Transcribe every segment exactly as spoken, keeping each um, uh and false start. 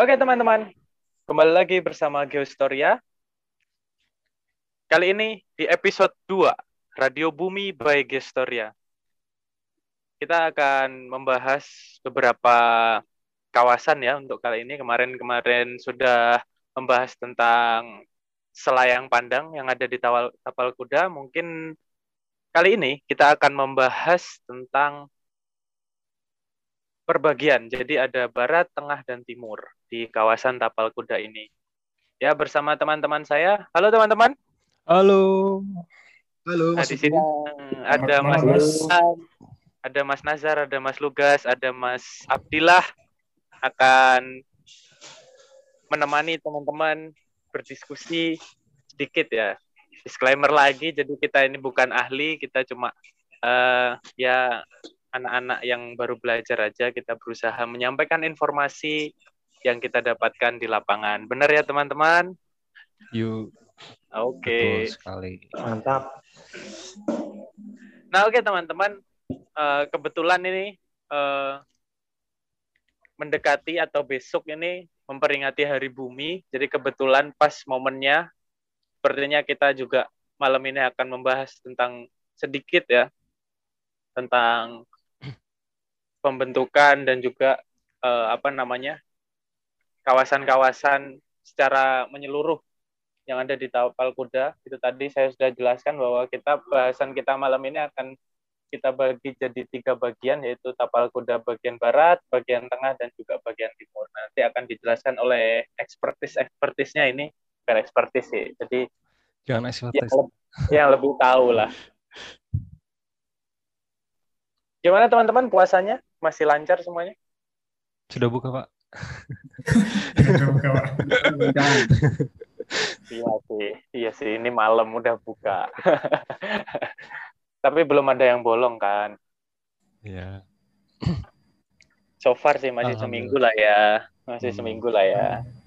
Oke teman-teman, kembali lagi bersama Geostoria. Kali ini di episode dua, Radio Bumi by Geostoria. Kita akan membahas beberapa kawasan ya untuk kali ini. Kemarin-kemarin sudah membahas tentang Selayang Pandang yang ada di Tawal, Tapal Kuda. Mungkin kali ini kita akan membahas tentang perbagian. Jadi ada barat, tengah, dan timur di kawasan Tapal Kuda ini. Ya, bersama teman-teman saya. Halo teman-teman. Halo. Halo Nah, Mas di sini Ugi. ada Selamat Mas malam, Mas. Ilham, ada Mas Nazar, ada Mas Lugas, ada Mas Abdillah akan menemani teman-teman berdiskusi sedikit ya. Disclaimer lagi, jadi kita ini bukan ahli, kita cuma uh, ya anak-anak yang baru belajar aja, kita berusaha menyampaikan informasi yang kita dapatkan di lapangan. Benar ya teman-teman? Yuk. Oke. Betul sekali. Mantap. Nah, oke okay, teman-teman, uh, kebetulan ini uh, mendekati atau besok ini memperingati Hari Bumi, jadi kebetulan pas momennya, sepertinya kita juga malam ini akan membahas tentang sedikit ya, tentang pembentukan dan juga uh, apa namanya, kawasan-kawasan secara menyeluruh yang ada di Tapal Kuda. Itu tadi saya sudah jelaskan bahwa kita bahasan kita malam ini akan kita bagi jadi tiga bagian, yaitu Tapal Kuda bagian barat, bagian tengah, dan juga bagian timur. Nanti akan dijelaskan oleh ekspertis-ekspertisnya ini, bukan ekspertis sih, jadi jangan ekspertis. Yang, yang lebih tahu lah. Gimana teman-teman puasanya? Masih lancar semuanya? Sudah buka, Pak? Sudah buka, Pak. Iya sih, iya sih, ini malam udah buka. Tapi belum ada yang bolong kan? Iya. So far sih masih seminggu lah ya, masih hmm. seminggu lah ya.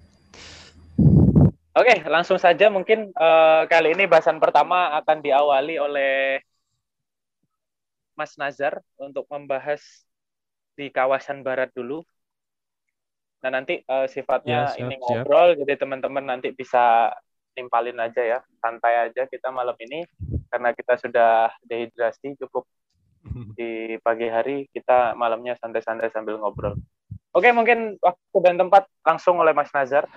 Oke, langsung saja mungkin uh, kali ini bahasan pertama akan diawali oleh Mas Nazar untuk membahas di kawasan barat dulu. Nah nanti uh, sifatnya ya, siap, ini ngobrol, siap. Jadi teman-teman nanti bisa nimpalin aja ya, santai aja kita malam ini, karena kita sudah dehidrasi cukup di pagi hari, kita malamnya santai-santai sambil ngobrol. Oke, mungkin waktu dan tempat langsung oleh Mas Nazar.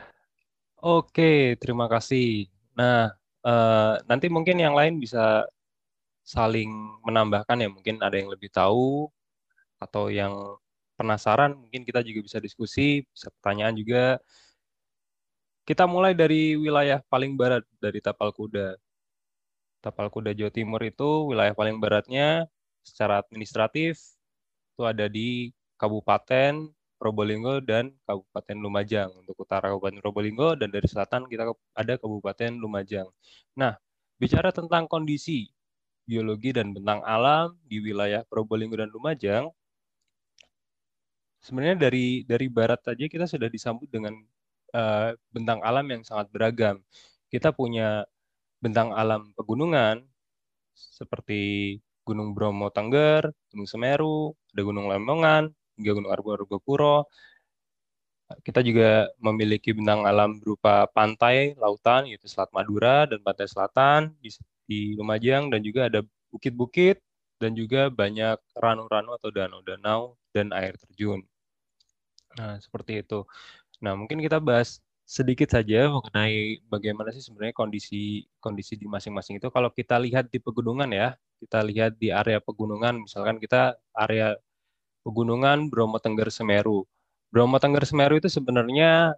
Oke, terima kasih. Nah, uh, nanti mungkin yang lain bisa saling menambahkan ya, mungkin ada yang lebih tahu, atau yang penasaran, mungkin kita juga bisa diskusi, bisa pertanyaan juga. Kita mulai dari wilayah paling barat, dari Tapal Kuda. Tapal Kuda Jawa Timur itu wilayah paling baratnya secara administratif itu ada di Kabupaten Probolinggo dan Kabupaten Lumajang. Untuk utara Kabupaten Probolinggo dan dari selatan kita ada Kabupaten Lumajang. Nah, bicara tentang kondisi geologi dan bentang alam di wilayah Probolinggo dan Lumajang, sebenarnya dari dari barat saja kita sudah disambut dengan uh, bentang alam yang sangat beragam. Kita punya bentang alam pegunungan seperti Gunung Bromo Tengger, Gunung Semeru, ada Gunung Lemongan, hingga Gunung Argopuro. Kita juga memiliki bentang alam berupa pantai, lautan, yaitu Selat Madura dan Pantai Selatan di, di Lumajang, dan juga ada bukit-bukit dan juga banyak ranu-ranu atau danau-danau dan air terjun. Nah, seperti itu. Nah, mungkin kita bahas sedikit saja mengenai bagaimana sih sebenarnya kondisi kondisi di masing-masing itu. Kalau kita lihat di pegunungan ya, kita lihat di area pegunungan, misalkan kita area pegunungan Bromo Tengger Semeru. Bromo Tengger Semeru itu sebenarnya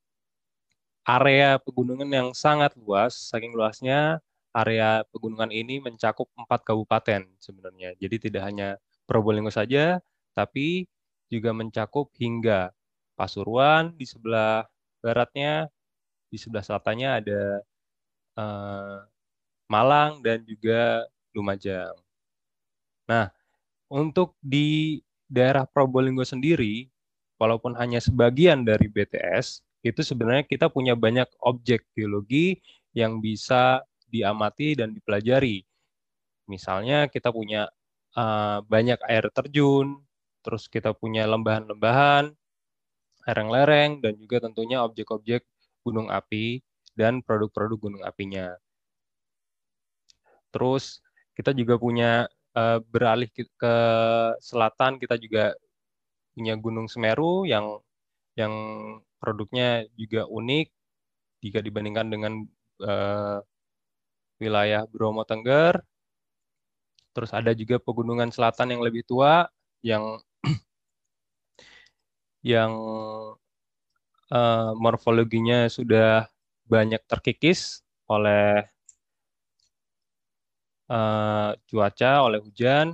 area pegunungan yang sangat luas, saking luasnya area pegunungan ini mencakup empat kabupaten sebenarnya. Jadi tidak hanya Probolinggo saja, tapi juga mencakup hingga Pasuruan di sebelah baratnya, di sebelah selatannya ada eh, Malang dan juga Lumajang. Nah, untuk di daerah Probolinggo sendiri, walaupun hanya sebagian dari B T S, itu sebenarnya kita punya banyak objek geologi yang bisa diamati dan dipelajari. Misalnya kita punya uh, banyak air terjun, terus kita punya lembahan-lembahan, lereng-lereng, dan juga tentunya objek-objek gunung api dan produk-produk gunung apinya. Terus kita juga punya uh, beralih ke selatan, kita juga punya Gunung Semeru yang yang produknya juga unik jika dibandingkan dengan uh, wilayah Bromo Tengger. Terus ada juga pegunungan selatan yang lebih tua yang yang uh, morfologinya sudah banyak terkikis oleh uh, cuaca, oleh hujan,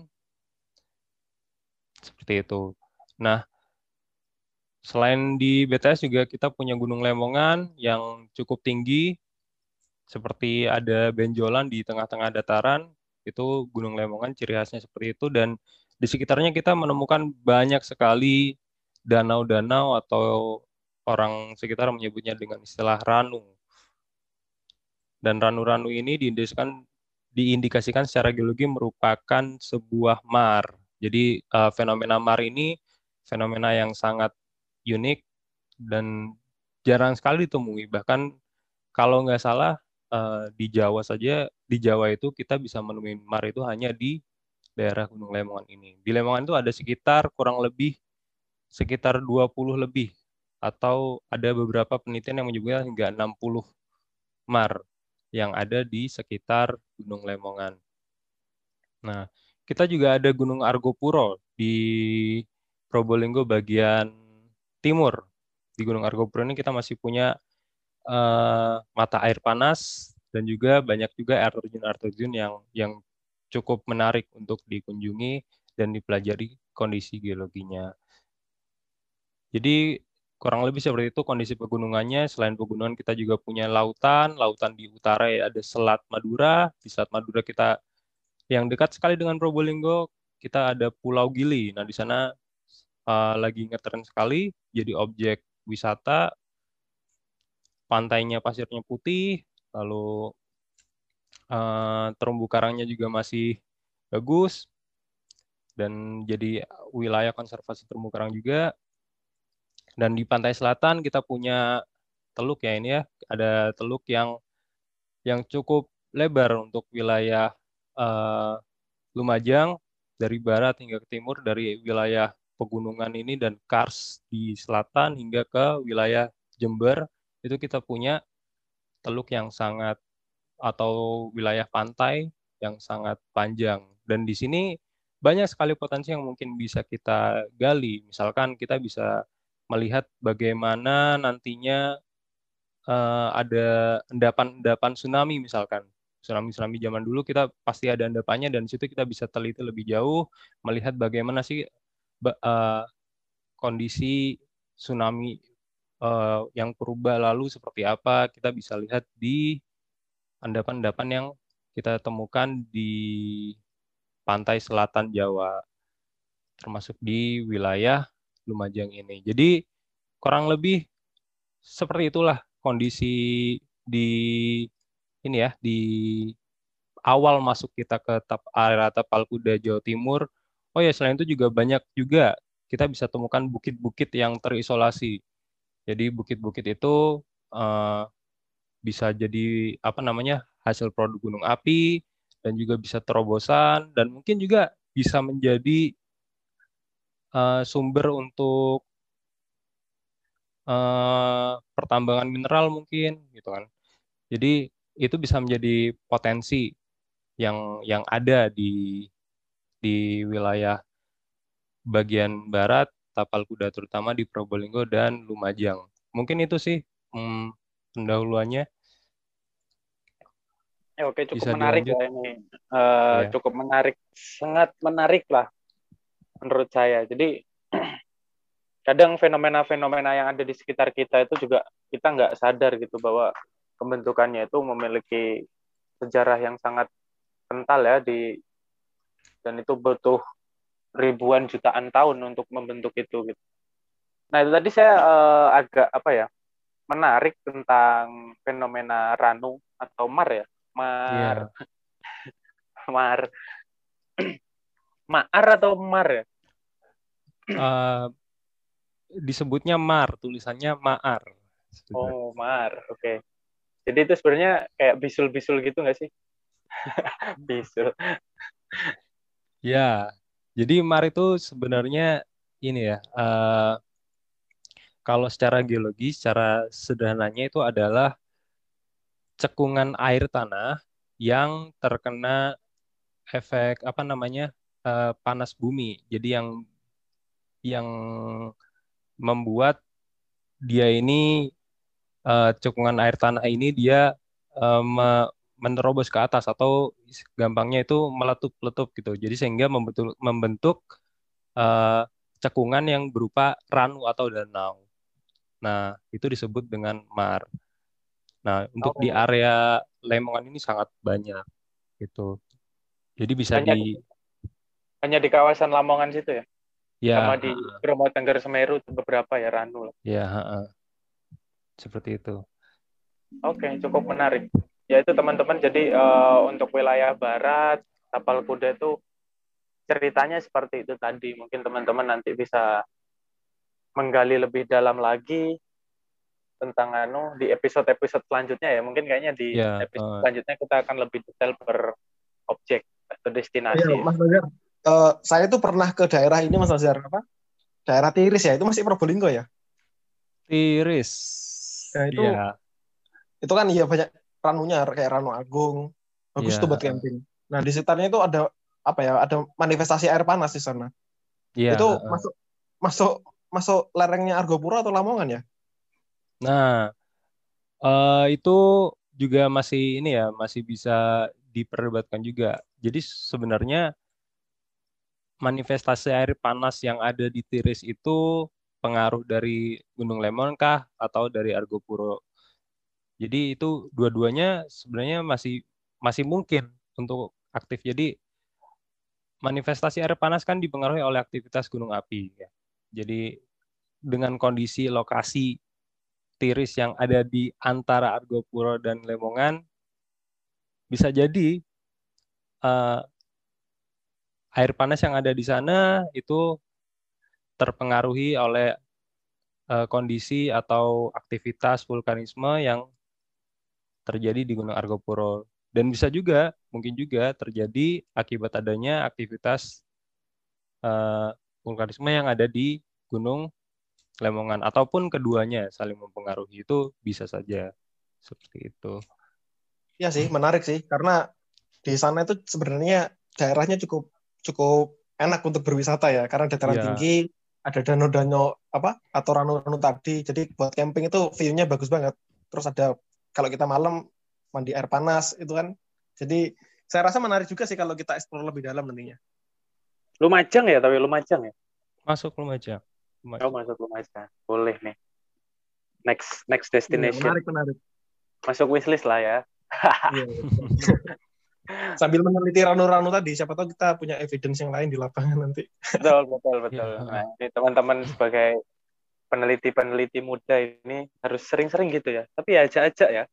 seperti itu. Nah, selain di B T S juga kita punya Gunung Lemongan yang cukup tinggi, seperti ada benjolan di tengah-tengah dataran. Itu Gunung Lemongan ciri khasnya seperti itu, dan di sekitarnya kita menemukan banyak sekali danau-danau atau orang sekitar menyebutnya dengan istilah ranu. Dan ranu-ranu ini diindikasikan diindikasikan secara geologi merupakan sebuah mar. Jadi uh, fenomena mar ini fenomena yang sangat unik dan jarang sekali ditemui. Bahkan kalau nggak salah uh, di Jawa saja, di Jawa itu kita bisa menemui mar itu hanya di daerah Gunung Lemongan ini. Di Lemongan itu ada sekitar kurang lebih sekitar dua puluh lebih, atau ada beberapa penelitian yang menyebutkan hingga enam puluh mar yang ada di sekitar Gunung Lemongan. Nah, kita juga ada Gunung Argopuro di Probolinggo bagian timur. Di Gunung Argopuro ini kita masih punya uh, mata air panas dan juga banyak juga air terjun-air terjun yang yang cukup menarik untuk dikunjungi dan dipelajari kondisi geologinya. Jadi kurang lebih seperti itu kondisi pegunungannya. Selain pegunungan kita juga punya lautan. Lautan di utara ya ada Selat Madura. Di Selat Madura kita yang dekat sekali dengan Probolinggo, kita ada Pulau Gili. Nah, di sana uh, lagi ngetren sekali jadi objek wisata. Pantainya pasirnya putih, lalu uh, terumbu karangnya juga masih bagus, dan jadi wilayah konservasi terumbu karang juga. Dan di pantai selatan kita punya teluk ya ini ya, ada teluk yang yang cukup lebar untuk wilayah uh, Lumajang dari barat hingga ke timur, dari wilayah pegunungan ini dan Kars di selatan hingga ke wilayah Jember. Itu kita punya teluk yang sangat atau wilayah pantai yang sangat panjang. Dan di sini banyak sekali potensi yang mungkin bisa kita gali. Misalkan kita bisa melihat bagaimana nantinya uh, ada endapan-endapan tsunami misalkan. Tsunami-tsunami zaman dulu kita pasti ada endapannya, dan di situ kita bisa teliti lebih jauh, melihat bagaimana sih uh, kondisi tsunami uh, yang purba lalu seperti apa. Kita bisa lihat di endapan-endapan yang kita temukan di pantai selatan Jawa, termasuk di wilayah Lumajang ini. Jadi kurang lebih seperti itulah kondisi di ini ya, di awal masuk kita ke tap, area Tapal Kuda Jawa Timur. Oh ya, selain itu juga banyak juga kita bisa temukan bukit-bukit yang terisolasi. Jadi bukit-bukit itu uh, bisa jadi apa namanya hasil produk gunung api, dan juga bisa terobosan, dan mungkin juga bisa menjadi uh, sumber untuk uh, pertambangan mineral mungkin gitu kan. Jadi itu bisa menjadi potensi yang yang ada di di wilayah bagian barat Tapal Kuda, terutama di Probolinggo dan Lumajang. Mungkin itu sih hmm, pendahuluannya. Ya, oke, cukup Bisa menarik dilanjut. ya ini. Uh, Ya. cukup menarik, sangat menarik lah menurut saya. Jadi kadang fenomena-fenomena yang ada di sekitar kita itu juga kita nggak sadar gitu bahwa pembentukannya itu memiliki sejarah yang sangat kental ya di dan itu butuh ribuan jutaan tahun untuk membentuk itu gitu. Nah, itu tadi saya uh, agak apa ya menarik tentang fenomena Ranu atau Mar ya. Mar Iya. Mar Maar atau Mar ya? Uh, disebutnya Mar, tulisannya Maar. Oh, Mar. Oke. Okay. Jadi itu sebenarnya kayak bisul-bisul gitu nggak sih? Bisul. Ya, jadi Mar itu sebenarnya ini ya, uh, kalau secara geologi, secara sederhananya itu adalah cekungan air tanah yang terkena efek apa namanya uh, panas bumi. Jadi yang yang membuat dia ini uh, cekungan air tanah ini dia uh, me- menerobos ke atas atau gampangnya itu meletup-letup gitu. Jadi sehingga membentuk, membentuk uh, cekungan yang berupa ranu atau danau. Nah, itu disebut dengan mar. Nah, untuk di Oh, area Lemongan ini sangat banyak gitu. Jadi bisa hanya di hanya di kawasan Lamongan situ ya? Sama ya di Bromo Tengger Semeru beberapa ya Ranu. ya ha-ha. Seperti itu. Oke, okay, cukup menarik. Ya itu teman-teman, jadi uh, untuk wilayah barat, Tapal Kuda itu ceritanya seperti itu tadi. Mungkin teman-teman nanti bisa menggali lebih dalam lagi tentang anu di episode-episode selanjutnya ya. Mungkin kayaknya di Ya, episode uh, selanjutnya kita akan lebih detail per objek atau Iya, destinasi. Mas Nazar. Eh, saya tuh pernah ke daerah ini, Mas Nazar. Apa? Daerah Tiris ya, itu masih Probolinggo ya. tiris. Nah, itu Ya, itu kan iya banyak ranunya kayak Ranu Agung. Bagus tuh ya, buat camping. Nah, di sekitarnya itu ada apa ya? Ada manifestasi air panas di sana. ya. Itu masuk masuk masuk lerengnya Argopuro atau Lamongan ya? Nah, eh, itu juga masih ini ya, masih bisa diperdebatkan juga. Jadi sebenarnya manifestasi air panas yang ada di Tiris itu pengaruh dari Gunung Lemon kah atau dari Argopuro? Jadi itu dua-duanya sebenarnya masih masih mungkin untuk aktif. Jadi manifestasi air panas kan dipengaruhi oleh aktivitas gunung api ya. Jadi dengan kondisi lokasi Tiris yang ada di antara Argopuro dan Lemongan bisa jadi uh, air panas yang ada di sana itu terpengaruhi oleh uh, kondisi atau aktivitas vulkanisme yang terjadi di Gunung Argopuro. Dan bisa juga, mungkin juga terjadi akibat adanya aktivitas uh, vulkanisme yang ada di Gunung Lemongan. Ataupun keduanya saling mempengaruhi, itu bisa saja. Seperti itu. Iya sih, menarik sih. Karena di sana itu sebenarnya daerahnya cukup cukup enak untuk berwisata ya. Karena dataran Ya, tinggi, ada danau-danau apa atau ranu-ranu tadi. Jadi buat camping itu view-nya bagus banget. Terus ada kalau kita malam mandi air panas itu kan. Jadi saya rasa menarik juga sih kalau kita explore lebih dalam nantinya. Lumajang ya, tapi Lumajang ya. masuk Lumajang. Oh, Lumajang. masuk Lumajang. Boleh nih. Next next Iya, destination. menarik, menarik. Masuk wishlist lah ya. Iya. Sambil meneliti ranu-ranu tadi, siapa tahu kita punya evidence yang lain di lapangan nanti. Betul, betul, betul. Ya. Nah, ini teman-teman sebagai peneliti-peneliti muda ini harus sering-sering gitu ya. Tapi ya ajak-ajak ya.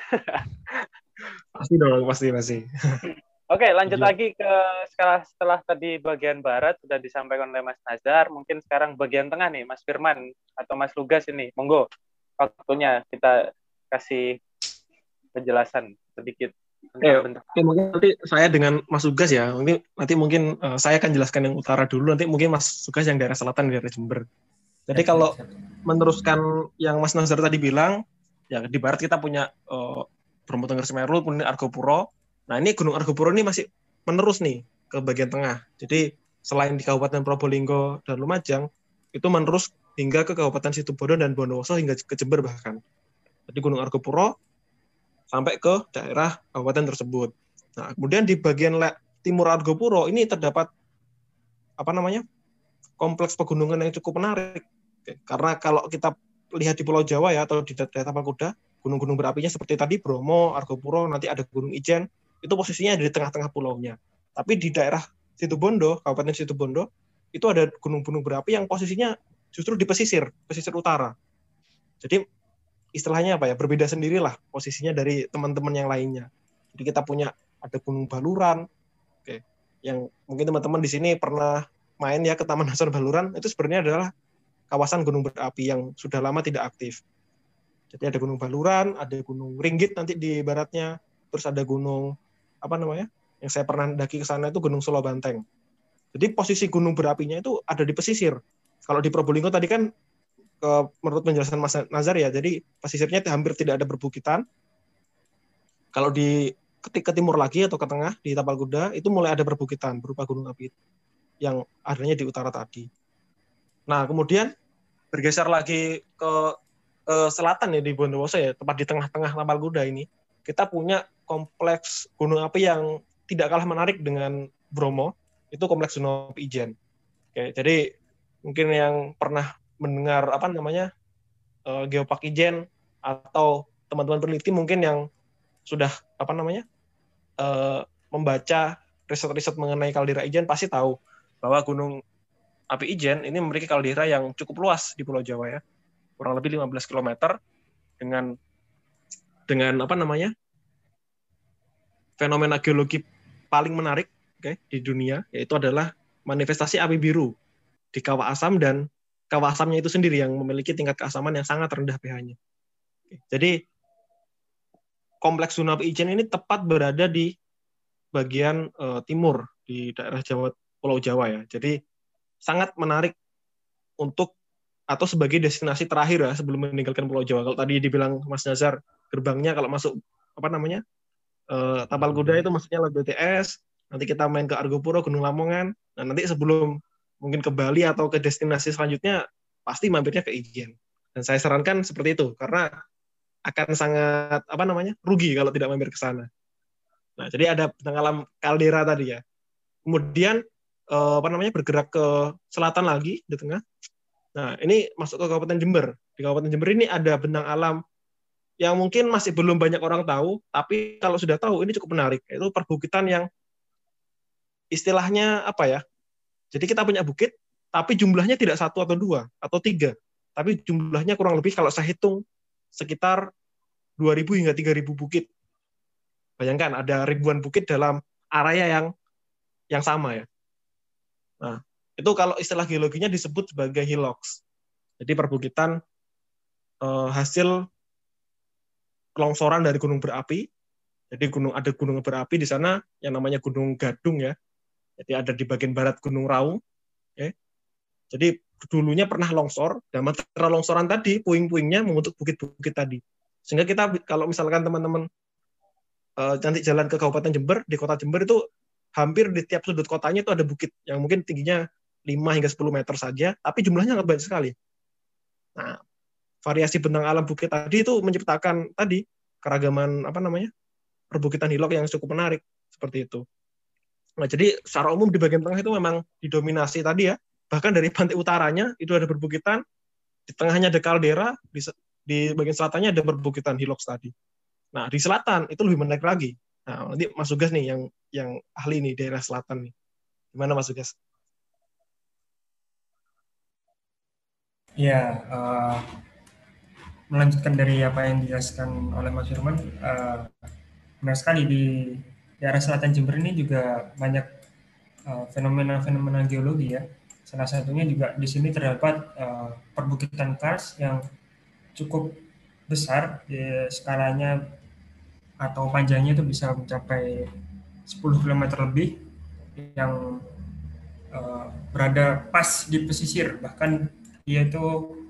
Pasti dong, pasti, pasti. Oke, lanjut Tujuan. lagi ke setelah, setelah tadi bagian barat sudah disampaikan oleh Mas Nazar, mungkin sekarang bagian tengah nih, Mas Firman atau Mas Lugas ini. Monggo, waktunya kita kasih penjelasan sedikit tentang Eh, bentuk. oke, mungkin nanti saya dengan Mas Sugas ya. Mungkin nanti mungkin uh, saya akan jelaskan yang utara dulu. Nanti mungkin Mas Sugas yang daerah selatan, daerah Jember. Jadi kalau meneruskan yang Mas Nazar tadi bilang, ya di barat kita punya uh, Bromo Tengger Semeru, kemudian Argopuro. Nah ini Gunung Argopuro ini masih menerus nih ke bagian tengah. Jadi selain di Kabupaten Probolinggo dan Lumajang, itu menerus hingga ke Kabupaten Situbondo dan Bondowoso hingga ke Jember bahkan. Jadi Gunung Argopuro sampai ke daerah kabupaten tersebut. Nah, kemudian di bagian timur Argopuro ini terdapat apa namanya kompleks pegunungan yang cukup menarik. Karena kalau kita lihat di Pulau Jawa ya atau di daerah Tapal Kuda, gunung-gunung berapinya seperti tadi Bromo, Argopuro, nanti ada Gunung Ijen, itu posisinya ada di tengah-tengah pulaunya. Tapi di daerah Situbondo, Kabupaten Situbondo, itu ada gunung-gunung berapi yang posisinya justru di pesisir, pesisir utara. Jadi istilahnya apa ya, berbeda sendirilah posisinya dari teman-teman yang lainnya. Jadi kita punya ada Gunung Baluran, oke, yang mungkin teman-teman di sini pernah main ya ke Taman Nasional Baluran, itu sebenarnya adalah kawasan gunung berapi yang sudah lama tidak aktif. Jadi ada Gunung Baluran, ada Gunung Ringgit nanti di baratnya, terus ada gunung apa namanya? Yang saya pernah daki ke sana itu Gunung Solo Banteng. Jadi posisi gunung berapinya itu ada di pesisir. Kalau di Probolinggo tadi kan ke, menurut penjelasan Mas Nazar ya, jadi pesisirnya hampir tidak ada perbukitan. Kalau di ke, ke timur lagi atau ke tengah di Tapal Kuda itu mulai ada perbukitan berupa gunung api yang adanya di utara tadi. Nah, kemudian bergeser lagi ke, ke selatan ya di Bondowoso ya, tepat di tengah-tengah Tapal Kuda ini, kita punya kompleks gunung api yang tidak kalah menarik dengan Bromo, itu kompleks gunung api Ijen. Oke, jadi mungkin yang pernah mendengar apa namanya uh, Geopark Ijen atau teman-teman peneliti mungkin yang sudah apa namanya uh, membaca riset-riset mengenai kaldera Ijen pasti tahu bahwa gunung api Ijen ini memiliki kaldera yang cukup luas di Pulau Jawa ya, kurang lebih lima belas kilometer dengan dengan apa namanya fenomena geologi paling menarik okay, di dunia, yaitu adalah manifestasi api biru di kawah asam dan kawah asamnya itu sendiri yang memiliki tingkat keasaman yang sangat rendah pH-nya. Okay. Jadi kompleks gunung api Ijen ini tepat berada di bagian uh, timur di daerah Jawa, Pulau Jawa ya. Jadi sangat menarik untuk atau sebagai destinasi terakhir ya sebelum meninggalkan Pulau Jawa. Kalau tadi dibilang Mas Nazar gerbangnya kalau masuk apa namanya uh, Tapal Kuda itu maksudnya lewat B T S. Nanti kita main ke Argopuro, Gunung Lamongan. Nah nanti sebelum mungkin ke Bali atau ke destinasi selanjutnya pasti mampirnya ke Ijen. Dan saya sarankan seperti itu karena akan sangat apa namanya rugi kalau tidak mampir ke sana. Nah jadi ada bentang alam kaldera tadi ya. Kemudian eh, apa namanya bergerak ke selatan lagi di tengah. Nah ini masuk ke Kabupaten Jember. Di Kabupaten Jember ini ada bentang alam yang mungkin masih belum banyak orang tahu, tapi kalau sudah tahu ini cukup menarik. Itu perbukitan yang istilahnya apa ya? Jadi kita punya bukit, tapi jumlahnya tidak satu atau dua atau tiga, tapi jumlahnya kurang lebih kalau saya hitung sekitar dua ribu hingga tiga ribu bukit. Bayangkan ada ribuan bukit dalam area yang yang sama ya. Nah, itu kalau istilah geologinya disebut sebagai hillocks. Jadi perbukitan eh, hasil longsoran dari gunung berapi. Jadi gunung ada gunung berapi di sana yang namanya Gunung Gadung ya. Jadi ada di bagian barat Gunung Raung. Okay. Jadi dulunya pernah longsor, dan material longsoran tadi, puing-puingnya membentuk bukit-bukit tadi. Sehingga kita kalau misalkan teman-teman uh, nanti jalan ke Kabupaten Jember, di kota Jember itu hampir di tiap sudut kotanya itu ada bukit yang mungkin tingginya lima hingga sepuluh meter saja, tapi jumlahnya nggak banyak sekali. Nah, variasi bentang alam bukit tadi itu menciptakan tadi keragaman apa namanya perbukitan hilok yang cukup menarik seperti itu. Nah, jadi secara umum di bagian tengah itu memang didominasi tadi ya, bahkan dari pantai utaranya itu ada perbukitan, di tengahnya ada kaldera, di, di bagian selatannya ada perbukitan hiloks tadi. Nah, di selatan itu lebih menarik lagi. Nah, nanti Mas Sugas nih yang yang ahli nih daerah selatan nih. Gimana Mas Sugas? Ya, uh, melanjutkan dari apa yang dijelaskan oleh Mas Firman, uh, benar sekali di daerah selatan Jember ini juga banyak uh, fenomena-fenomena geologi ya. Salah satunya juga di sini terdapat uh, perbukitan kars yang cukup besar, ya, skalanya atau panjangnya itu bisa mencapai sepuluh kilometer lebih yang uh, berada pas di pesisir, bahkan dia itu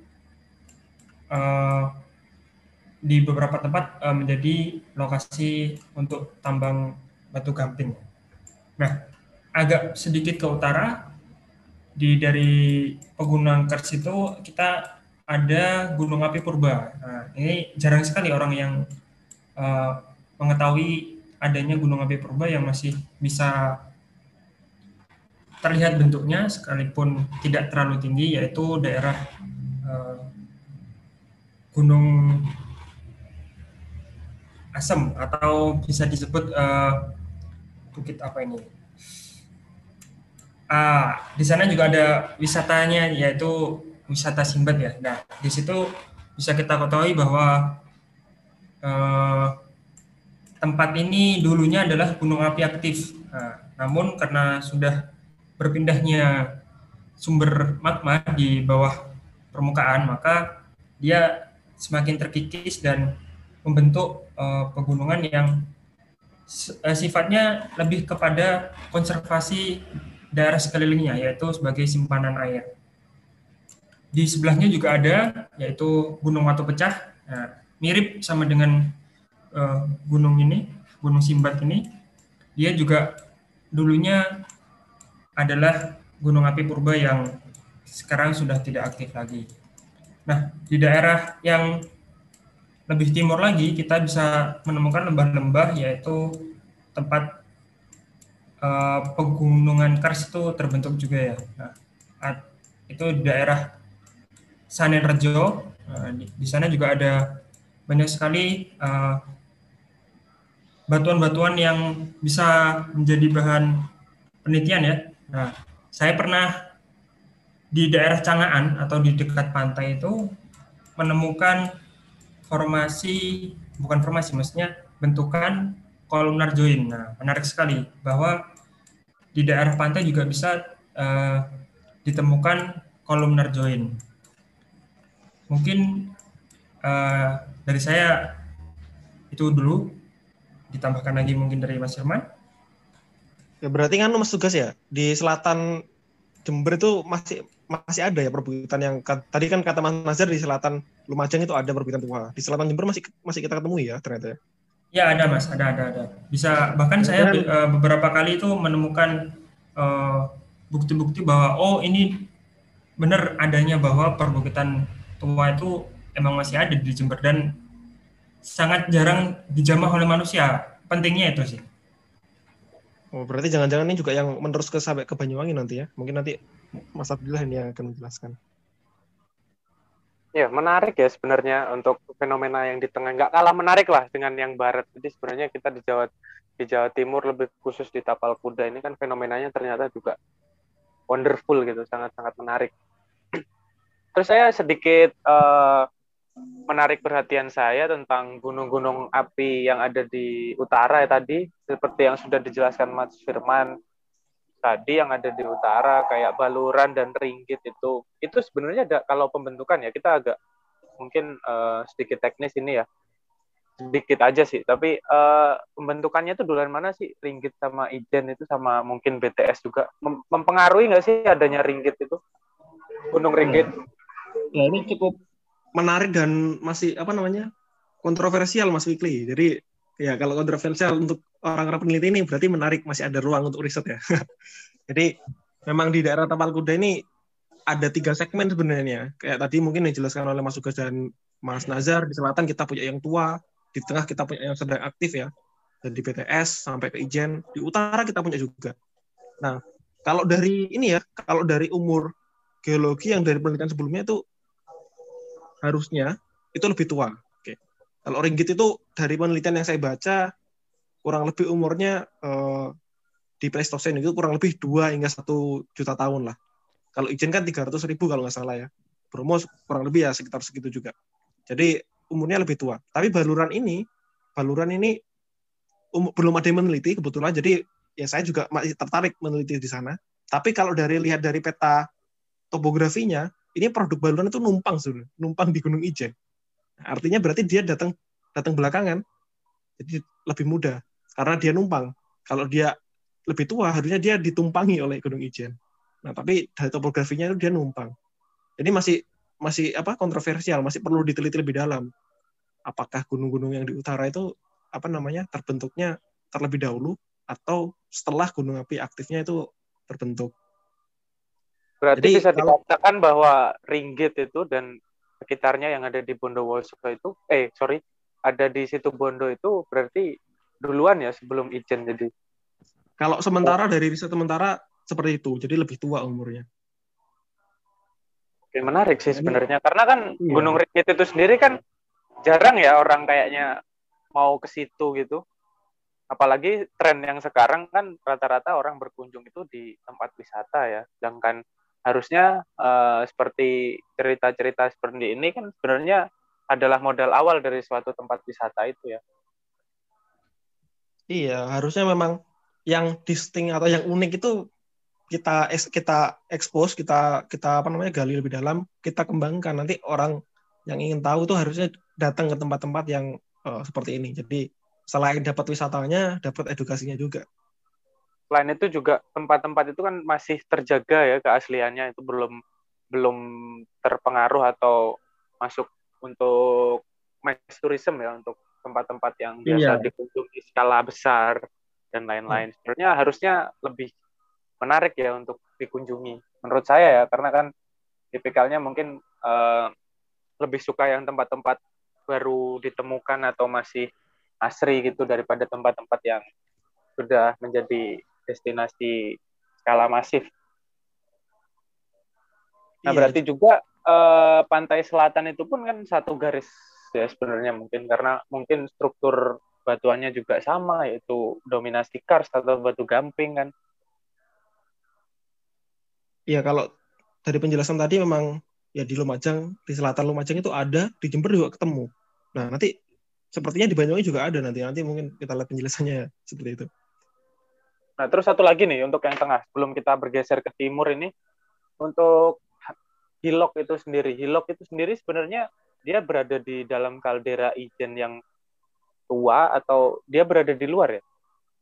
uh, di beberapa tempat uh, menjadi lokasi untuk tambang batu gamping. Nah, agak sedikit ke utara di dari Pegunungan Kars itu kita ada Gunung Api Purba. Nah, ini jarang sekali orang yang uh, mengetahui adanya Gunung Api Purba yang masih bisa terlihat bentuknya sekalipun tidak terlalu tinggi, yaitu daerah uh, Gunung Asem atau bisa disebut uh, bukit apa ini? Ah, di sana juga ada wisatanya yaitu wisata Simbad ya. Nah, di situ bisa kita ketahui bahwa uh, tempat ini dulunya adalah gunung api aktif. Nah, namun karena sudah berpindahnya sumber magma di bawah permukaan, maka dia semakin terkikis dan membentuk uh, pegunungan yang uh, sifatnya lebih kepada konservasi daerah sekelilingnya, yaitu sebagai simpanan air. Di sebelahnya juga ada, yaitu Gunung Watu Pecah. Nah, mirip sama dengan uh, gunung ini, Gunung Simbat ini. Dia juga dulunya adalah gunung api purba yang sekarang sudah tidak aktif lagi. Nah, di daerah yang lebih timur lagi, kita bisa menemukan lembah-lembah, yaitu tempat uh, pegunungan kars itu terbentuk juga ya. Nah, itu di daerah Sanen Rejo. Nah, di, di sana juga ada banyak sekali uh, batuan-batuan yang bisa menjadi bahan penelitian ya. Nah, saya pernah di daerah Cangaan atau di dekat pantai itu menemukan formasi, bukan formasi, maksudnya bentukan kolumnar join. Nah, menarik sekali bahwa di daerah pantai juga bisa uh, ditemukan kolumnar join. Mungkin uh, dari saya itu dulu, ditambahkan lagi mungkin dari Mas Firman. Ya berarti kan Mas Tugas ya, di selatan Jember itu masih masih ada ya perbukitan yang tadi kan kata Mas Nazar di selatan Lumajang itu ada perbukitan tua. Di selatan Jember masih masih kita ketemu ya ternyata. Ya ada Mas, ada ada ada. Bisa bahkan ya, saya kan, uh, beberapa kali itu menemukan uh, bukti-bukti bahwa oh ini benar adanya bahwa perbukitan tua itu emang masih ada di Jember dan sangat jarang dijamah oleh manusia. Pentingnya itu sih. Oh, berarti jangan-jangan ini juga yang menerus ke sampai ke Banyuwangi nanti ya. Mungkin nanti Mas Abdillah ini yang akan menjelaskan. Ya, menarik ya sebenarnya untuk fenomena yang di tengah. Nggak kalah menarik lah dengan yang barat. Jadi sebenarnya kita di Jawa di Jawa Timur lebih khusus di Tapal Kuda ini kan fenomenanya ternyata juga wonderful gitu, sangat-sangat menarik. Terus saya sedikit uh, menarik perhatian saya tentang gunung-gunung api yang ada di utara ya tadi, seperti yang sudah dijelaskan Mas Firman tadi, yang ada di utara kayak Baluran dan Ringgit itu itu sebenarnya ada, kalau pembentukan ya kita agak mungkin uh, sedikit teknis ini ya, sedikit aja sih, tapi uh, pembentukannya itu duluan mana sih Ringgit sama Ijen itu, sama mungkin B T S juga Mem- mempengaruhi nggak sih adanya Ringgit itu, Gunung Ringgit? Ya, ini cukup menarik dan masih apa namanya kontroversial Mas Fikri. Jadi ya kalau kontroversial untuk orang-orang peneliti ini berarti menarik, masih ada ruang untuk riset ya. Jadi memang di daerah Tapal Kuda ini ada tiga segmen sebenarnya. Kayak tadi mungkin dijelaskan oleh Mas Tugas dan Mas Nazar, di selatan kita punya yang tua, di tengah kita punya yang sedang aktif ya, dan di B T S sampai ke Ijen, di utara kita punya juga. Nah, kalau dari ini ya, kalau dari umur geologi yang dari penelitian sebelumnya itu harusnya itu lebih tua. Oke. Kalau Ringgit itu dari penelitian yang saya baca kurang lebih umurnya eh, di Pleistosen itu kurang lebih dua hingga satu juta tahun lah. Kalau Ijen kan tiga ratus ribu kalau nggak salah ya. Bromo kurang lebih ya sekitar segitu juga. Jadi umurnya lebih tua. Tapi Baluran ini, Baluran ini um, belum ada yang meneliti kebetulan. Jadi ya saya juga masih tertarik meneliti di sana. Tapi kalau dari lihat dari peta topografinya, ini produk Baluran itu numpang sudah, numpang di Gunung Ijen. Nah, artinya berarti dia datang datang belakangan, jadi lebih mudah karena dia numpang. Kalau dia lebih tua, harusnya dia ditumpangi oleh Gunung Ijen. Nah, tapi dari topografinya itu dia numpang. Jadi masih masih apa kontroversial, masih perlu diteliti lebih dalam. Apakah gunung-gunung yang di utara itu apa namanya terbentuknya terlebih dahulu atau setelah gunung api aktifnya itu terbentuk? Berarti Jadi, bisa kalau, dikatakan bahwa Ringgit itu dan sekitarnya yang ada di Bondowoso itu, eh sorry, ada di situ Bondo itu berarti duluan ya sebelum Ijen jadi. Kalau sementara oh. dari riset sementara seperti itu, jadi lebih tua umurnya. Oke, menarik sih sebenarnya, karena kan iya. Gunung Ringgit itu sendiri kan jarang ya orang kayaknya mau ke situ gitu. Apalagi tren yang sekarang kan rata-rata orang berkunjung itu di tempat wisata ya, sedangkan harusnya uh, seperti cerita-cerita seperti ini kan sebenarnya adalah modal awal dari suatu tempat wisata itu ya. Iya, harusnya memang yang distinct atau yang unik itu kita kita expose, kita kita apa namanya gali lebih dalam, kita kembangkan. Nanti orang yang ingin tahu tuh harusnya datang ke tempat-tempat yang uh, seperti ini. Jadi selain dapat wisatanya, dapat edukasinya juga. Selain itu juga tempat-tempat itu kan masih terjaga ya keasliannya, itu belum belum terpengaruh atau masuk untuk mass tourism ya, untuk tempat-tempat yang biasa Iya. dikunjungi skala besar dan lain-lain. Hmm. Sebenarnya harusnya lebih menarik ya untuk dikunjungi. Menurut saya ya, karena kan tipikalnya mungkin uh, lebih suka yang tempat-tempat baru ditemukan atau masih asri gitu daripada tempat-tempat yang sudah menjadi destinasi skala masif. Nah, iya. Berarti juga uh, pantai selatan itu pun kan satu garis ya sebenarnya, mungkin karena mungkin struktur batuannya juga sama, yaitu dominasi karst atau batu gamping kan. Iya, kalau dari penjelasan tadi memang ya di Lumajang, di selatan Lumajang itu ada, di Jember juga ketemu. Nah, nanti sepertinya di Banyuwangi juga ada nanti. Nanti mungkin kita lihat penjelasannya seperti itu. Nah, terus satu lagi nih untuk yang tengah, sebelum kita bergeser ke timur ini, untuk Hilok itu sendiri. Hilok itu sendiri sebenarnya dia berada di dalam kaldera Ijen yang tua atau dia berada di luar ya?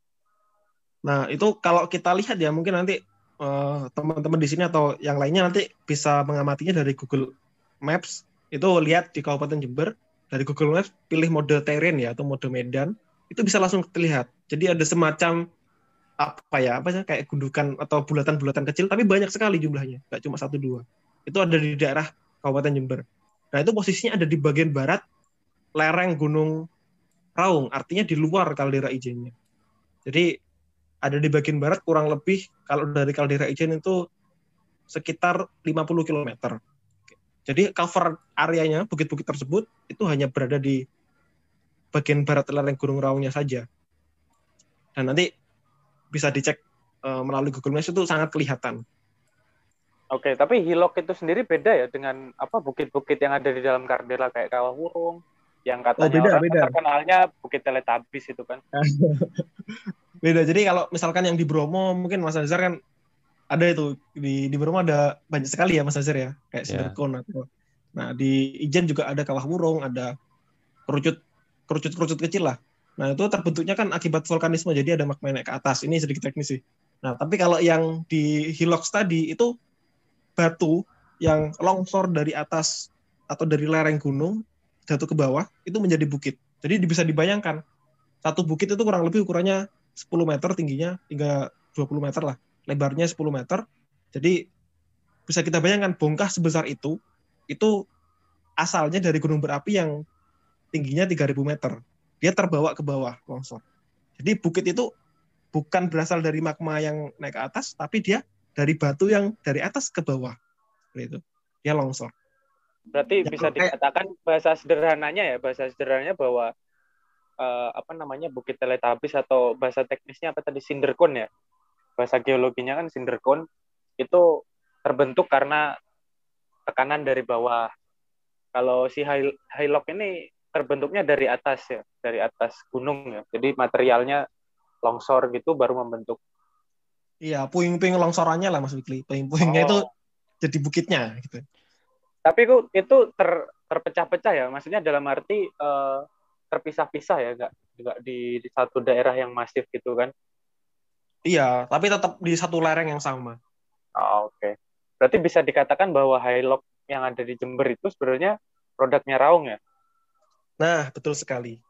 Nah, itu kalau kita lihat ya, mungkin nanti uh, teman-teman di sini atau yang lainnya nanti bisa mengamatinya dari Google Maps. Itu lihat di Kabupaten Jember, dari Google Maps pilih mode terrain ya atau mode medan, itu bisa langsung terlihat. Jadi ada semacam apa ya, apa ya kayak gundukan atau bulatan-bulatan kecil, tapi banyak sekali jumlahnya, nggak cuma satu dua. Itu ada di daerah Kabupaten Jember. Nah, itu posisinya ada di bagian barat lereng Gunung Raung, artinya di luar kaldera Ijennya. Jadi ada di bagian barat kurang lebih kalau dari kaldera Ijen itu sekitar lima puluh kilometer. Jadi cover areanya bukit-bukit tersebut itu hanya berada di bagian barat lereng Gunung Raungnya saja. Dan nanti bisa dicek uh, melalui Google Maps, itu sangat kelihatan. Oke, tapi Hilok itu sendiri beda ya dengan apa bukit-bukit yang ada di dalam kaldera kayak Kawah Wurung, yang katanya oh, beda, orang beda. terkenalnya Bukit Teletubbies itu kan. Beda. Jadi kalau misalkan yang di Bromo mungkin Mas Azhar kan ada itu di di Bromo ada banyak sekali ya Mas Azhar ya, kayak Sinderkon yeah. atau nah di Ijen juga ada Kawah Wurung, ada kerucut kerucut-kerucut kecil lah. Nah, itu terbentuknya kan akibat vulkanisme, jadi ada magma naik ke atas. Ini sedikit teknis sih. Nah, tapi kalau yang di Hilok tadi itu batu yang longsor dari atas atau dari lereng gunung jatuh ke bawah itu menjadi bukit. Jadi bisa dibayangkan satu bukit itu kurang lebih ukurannya sepuluh meter tingginya hingga dua puluh meter lah, lebarnya sepuluh meter. Jadi bisa kita bayangkan bongkah sebesar itu itu asalnya dari gunung berapi yang tingginya tiga ribu meter. Dia terbawa ke bawah longsor. Jadi bukit itu bukan berasal dari magma yang naik ke atas, tapi dia dari batu yang dari atas ke bawah, itu dia longsor. Berarti ya, bisa dikatakan bahasa sederhananya ya, bahasa sederhananya bahwa uh, apa namanya Bukit Teletubbies atau bahasa teknisnya apa tadi Sinderkon ya, bahasa geologinya kan Sinderkon itu terbentuk karena tekanan dari bawah. Kalau si Hilok ini terbentuknya dari atas ya, dari atas gunung ya. Jadi materialnya longsor gitu baru membentuk. Iya, puing-puing longsorannya lah Mas Wikli. Puing-puingnya oh. itu jadi bukitnya gitu. Tapi itu ter, terpecah-pecah ya, maksudnya dalam arti uh, terpisah-pisah ya, nggak nggak di, di satu daerah yang masif gitu kan? Iya, tapi tetap di satu lereng yang sama. Oh, oke. Okay. Berarti bisa dikatakan bahwa Hilok yang ada di Jember itu sebenarnya produknya Raung ya? Nah, betul sekali.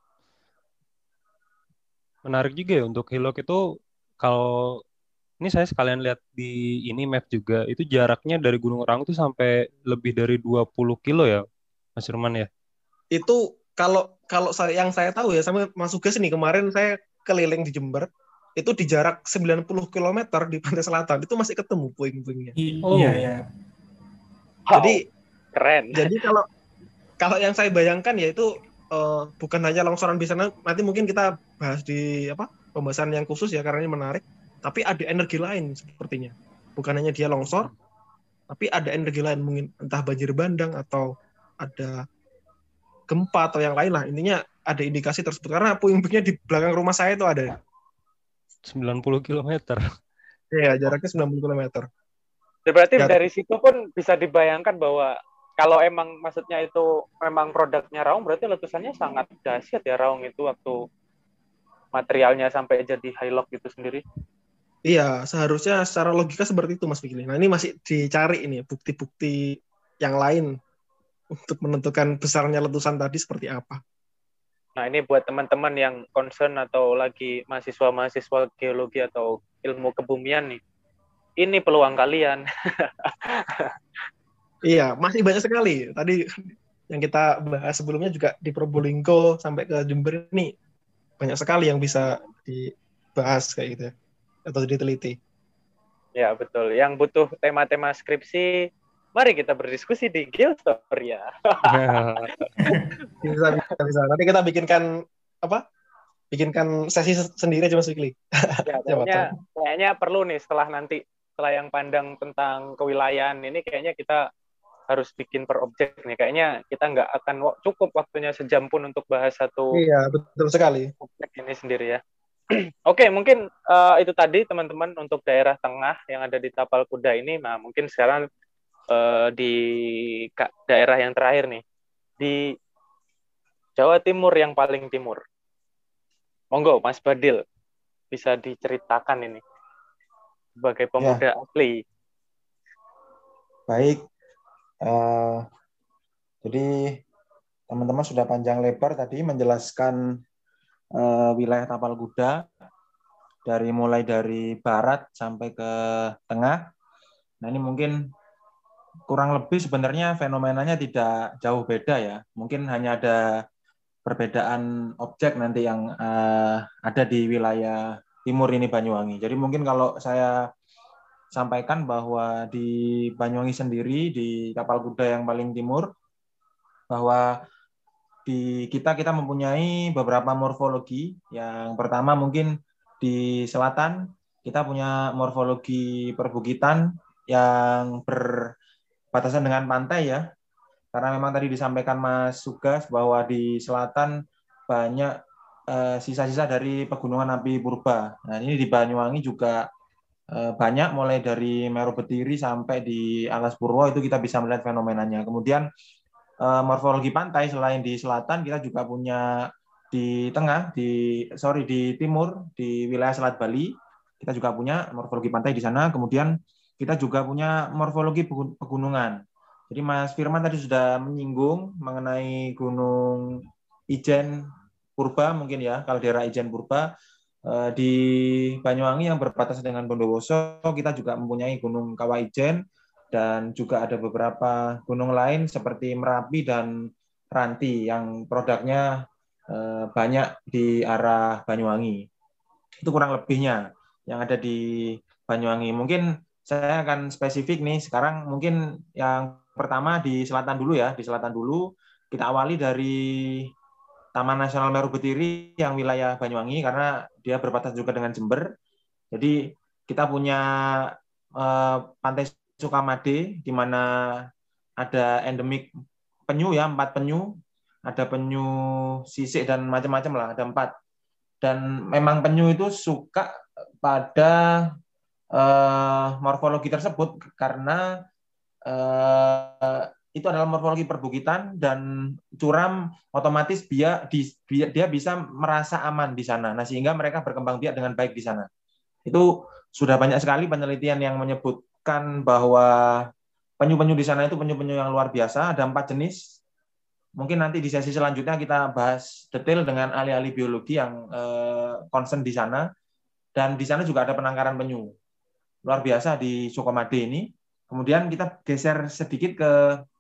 Menarik juga ya untuk Hilok itu, kalau ini saya sekalian lihat di ini map juga, itu jaraknya dari Gunung Raung itu sampai lebih dari dua puluh kilo ya, Mas Firman ya? Itu kalau kalau saya yang saya tahu ya, sama Mas Ugas nih, kemarin saya keliling di Jember, itu di jarak sembilan puluh kilometer di pantai selatan, itu masih ketemu puing-puingnya. Oh. Iya, iya. Jadi, wow. Keren. Jadi kalau kalau yang saya bayangkan ya itu uh, bukan hanya longsoran bisa, nanti mungkin kita bahas di apa pembahasan yang khusus ya, karena ini menarik. Tapi ada energi lain sepertinya. Bukan hanya dia longsor, tapi ada energi lain, mungkin entah banjir bandang atau ada gempa atau yang lain lah. Intinya ada indikasi tersebut. Karena puing-puingnya di belakang rumah saya itu ada. sembilan puluh kilometer. Iya, jaraknya sembilan puluh kilometer. Berarti Ya, dari situ pun bisa dibayangkan bahwa kalau emang maksudnya itu memang produknya Raung, berarti letusannya sangat dahsyat ya Raung itu waktu materialnya sampai jadi Hillock gitu sendiri. iya, seharusnya secara logika seperti itu Mas Fikri. Nah, ini masih dicari ini bukti-bukti yang lain untuk menentukan besarnya letusan tadi seperti apa. Nah, ini buat teman-teman yang concern atau lagi mahasiswa-mahasiswa geologi atau ilmu kebumian nih. Ini peluang kalian. Iya, masih banyak sekali. Tadi yang kita bahas sebelumnya juga di Probolinggo sampai ke Jember ini banyak sekali yang bisa dibahas kayak gitu ya, atau diteliti. Ya, betul. Yang butuh tema-tema skripsi, mari kita berdiskusi di Geostory ya. Bisa, bisa, bisa. Nanti kita bikinkan apa? Bikinkan sesi sendiri aja Mas Fikri. Ya, kayaknya, kayaknya perlu nih setelah nanti, setelah yang pandang tentang kewilayahan ini, kayaknya kita harus bikin per objek nih. Kayaknya kita nggak akan cukup waktunya sejam pun untuk bahas satu Iya, betul sekali. objek ini sendiri ya. Oke, mungkin uh, itu tadi teman-teman untuk daerah tengah yang ada di Tapal Kuda ini. Nah, mungkin sekarang uh, di daerah yang terakhir nih, di Jawa Timur yang paling timur. Monggo, Mas Badil, bisa diceritakan ini sebagai pemuda ya. Asli. Baik, uh, jadi teman-teman sudah panjang lebar tadi menjelaskan uh, wilayah Tapal Kuda dari mulai dari barat sampai ke tengah. Nah ini mungkin kurang lebih sebenarnya fenomenanya tidak jauh beda ya. Mungkin hanya ada perbedaan objek nanti yang uh, ada di wilayah timur ini Banyuwangi. Jadi mungkin kalau saya sampaikan bahwa di Banyuwangi sendiri, di Tapal Kuda yang paling timur, bahwa di kita kita mempunyai beberapa morfologi. Yang pertama mungkin di selatan kita punya morfologi perbukitan yang berbatasan dengan pantai ya. Karena memang tadi disampaikan Mas Sugas bahwa di selatan banyak eh, sisa-sisa dari pegunungan api purba. Nah ini di Banyuwangi juga eh, banyak, mulai dari Meru Betiri sampai di Alas Purwo itu kita bisa melihat fenomenanya. Kemudian eh, morfologi pantai selain di selatan kita juga punya di tengah, di sorry di timur, di wilayah Selat Bali kita juga punya morfologi pantai di sana. Kemudian kita juga punya morfologi pegunungan. Jadi Mas Firman tadi sudah menyinggung mengenai Gunung Ijen Purba mungkin ya, kalau daerah Ijen Purba di Banyuwangi yang berbatasan dengan Bondowoso kita juga mempunyai Gunung Kawah Ijen dan juga ada beberapa gunung lain seperti Merapi dan Ranti yang produknya banyak di arah Banyuwangi. Itu kurang lebihnya yang ada di Banyuwangi. Mungkin saya akan spesifik nih sekarang mungkin yang pertama di selatan dulu ya, di selatan dulu kita awali dari Taman Nasional Meru Betiri yang wilayah Banyuwangi karena dia berbatasan juga dengan Jember. Jadi kita punya eh, Pantai Sukamade di mana ada endemik penyu ya, empat penyu, ada penyu sisik dan macam-macam lah, ada empat. Dan memang penyu itu suka pada eh, morfologi tersebut karena Uh, itu adalah morfologi perbukitan dan curam, otomatis dia, dia, dia bisa merasa aman di sana. Nah, sehingga mereka berkembang biak dengan baik di sana. Itu sudah banyak sekali penelitian yang menyebutkan bahwa penyu-penyu di sana itu penyu-penyu yang luar biasa. Ada empat jenis. Mungkin nanti di sesi selanjutnya kita bahas detail dengan ahli-ahli biologi yang uh, concern di sana. Dan di sana juga ada penangkaran penyu. Luar biasa di Sukamade ini. Kemudian kita geser sedikit ke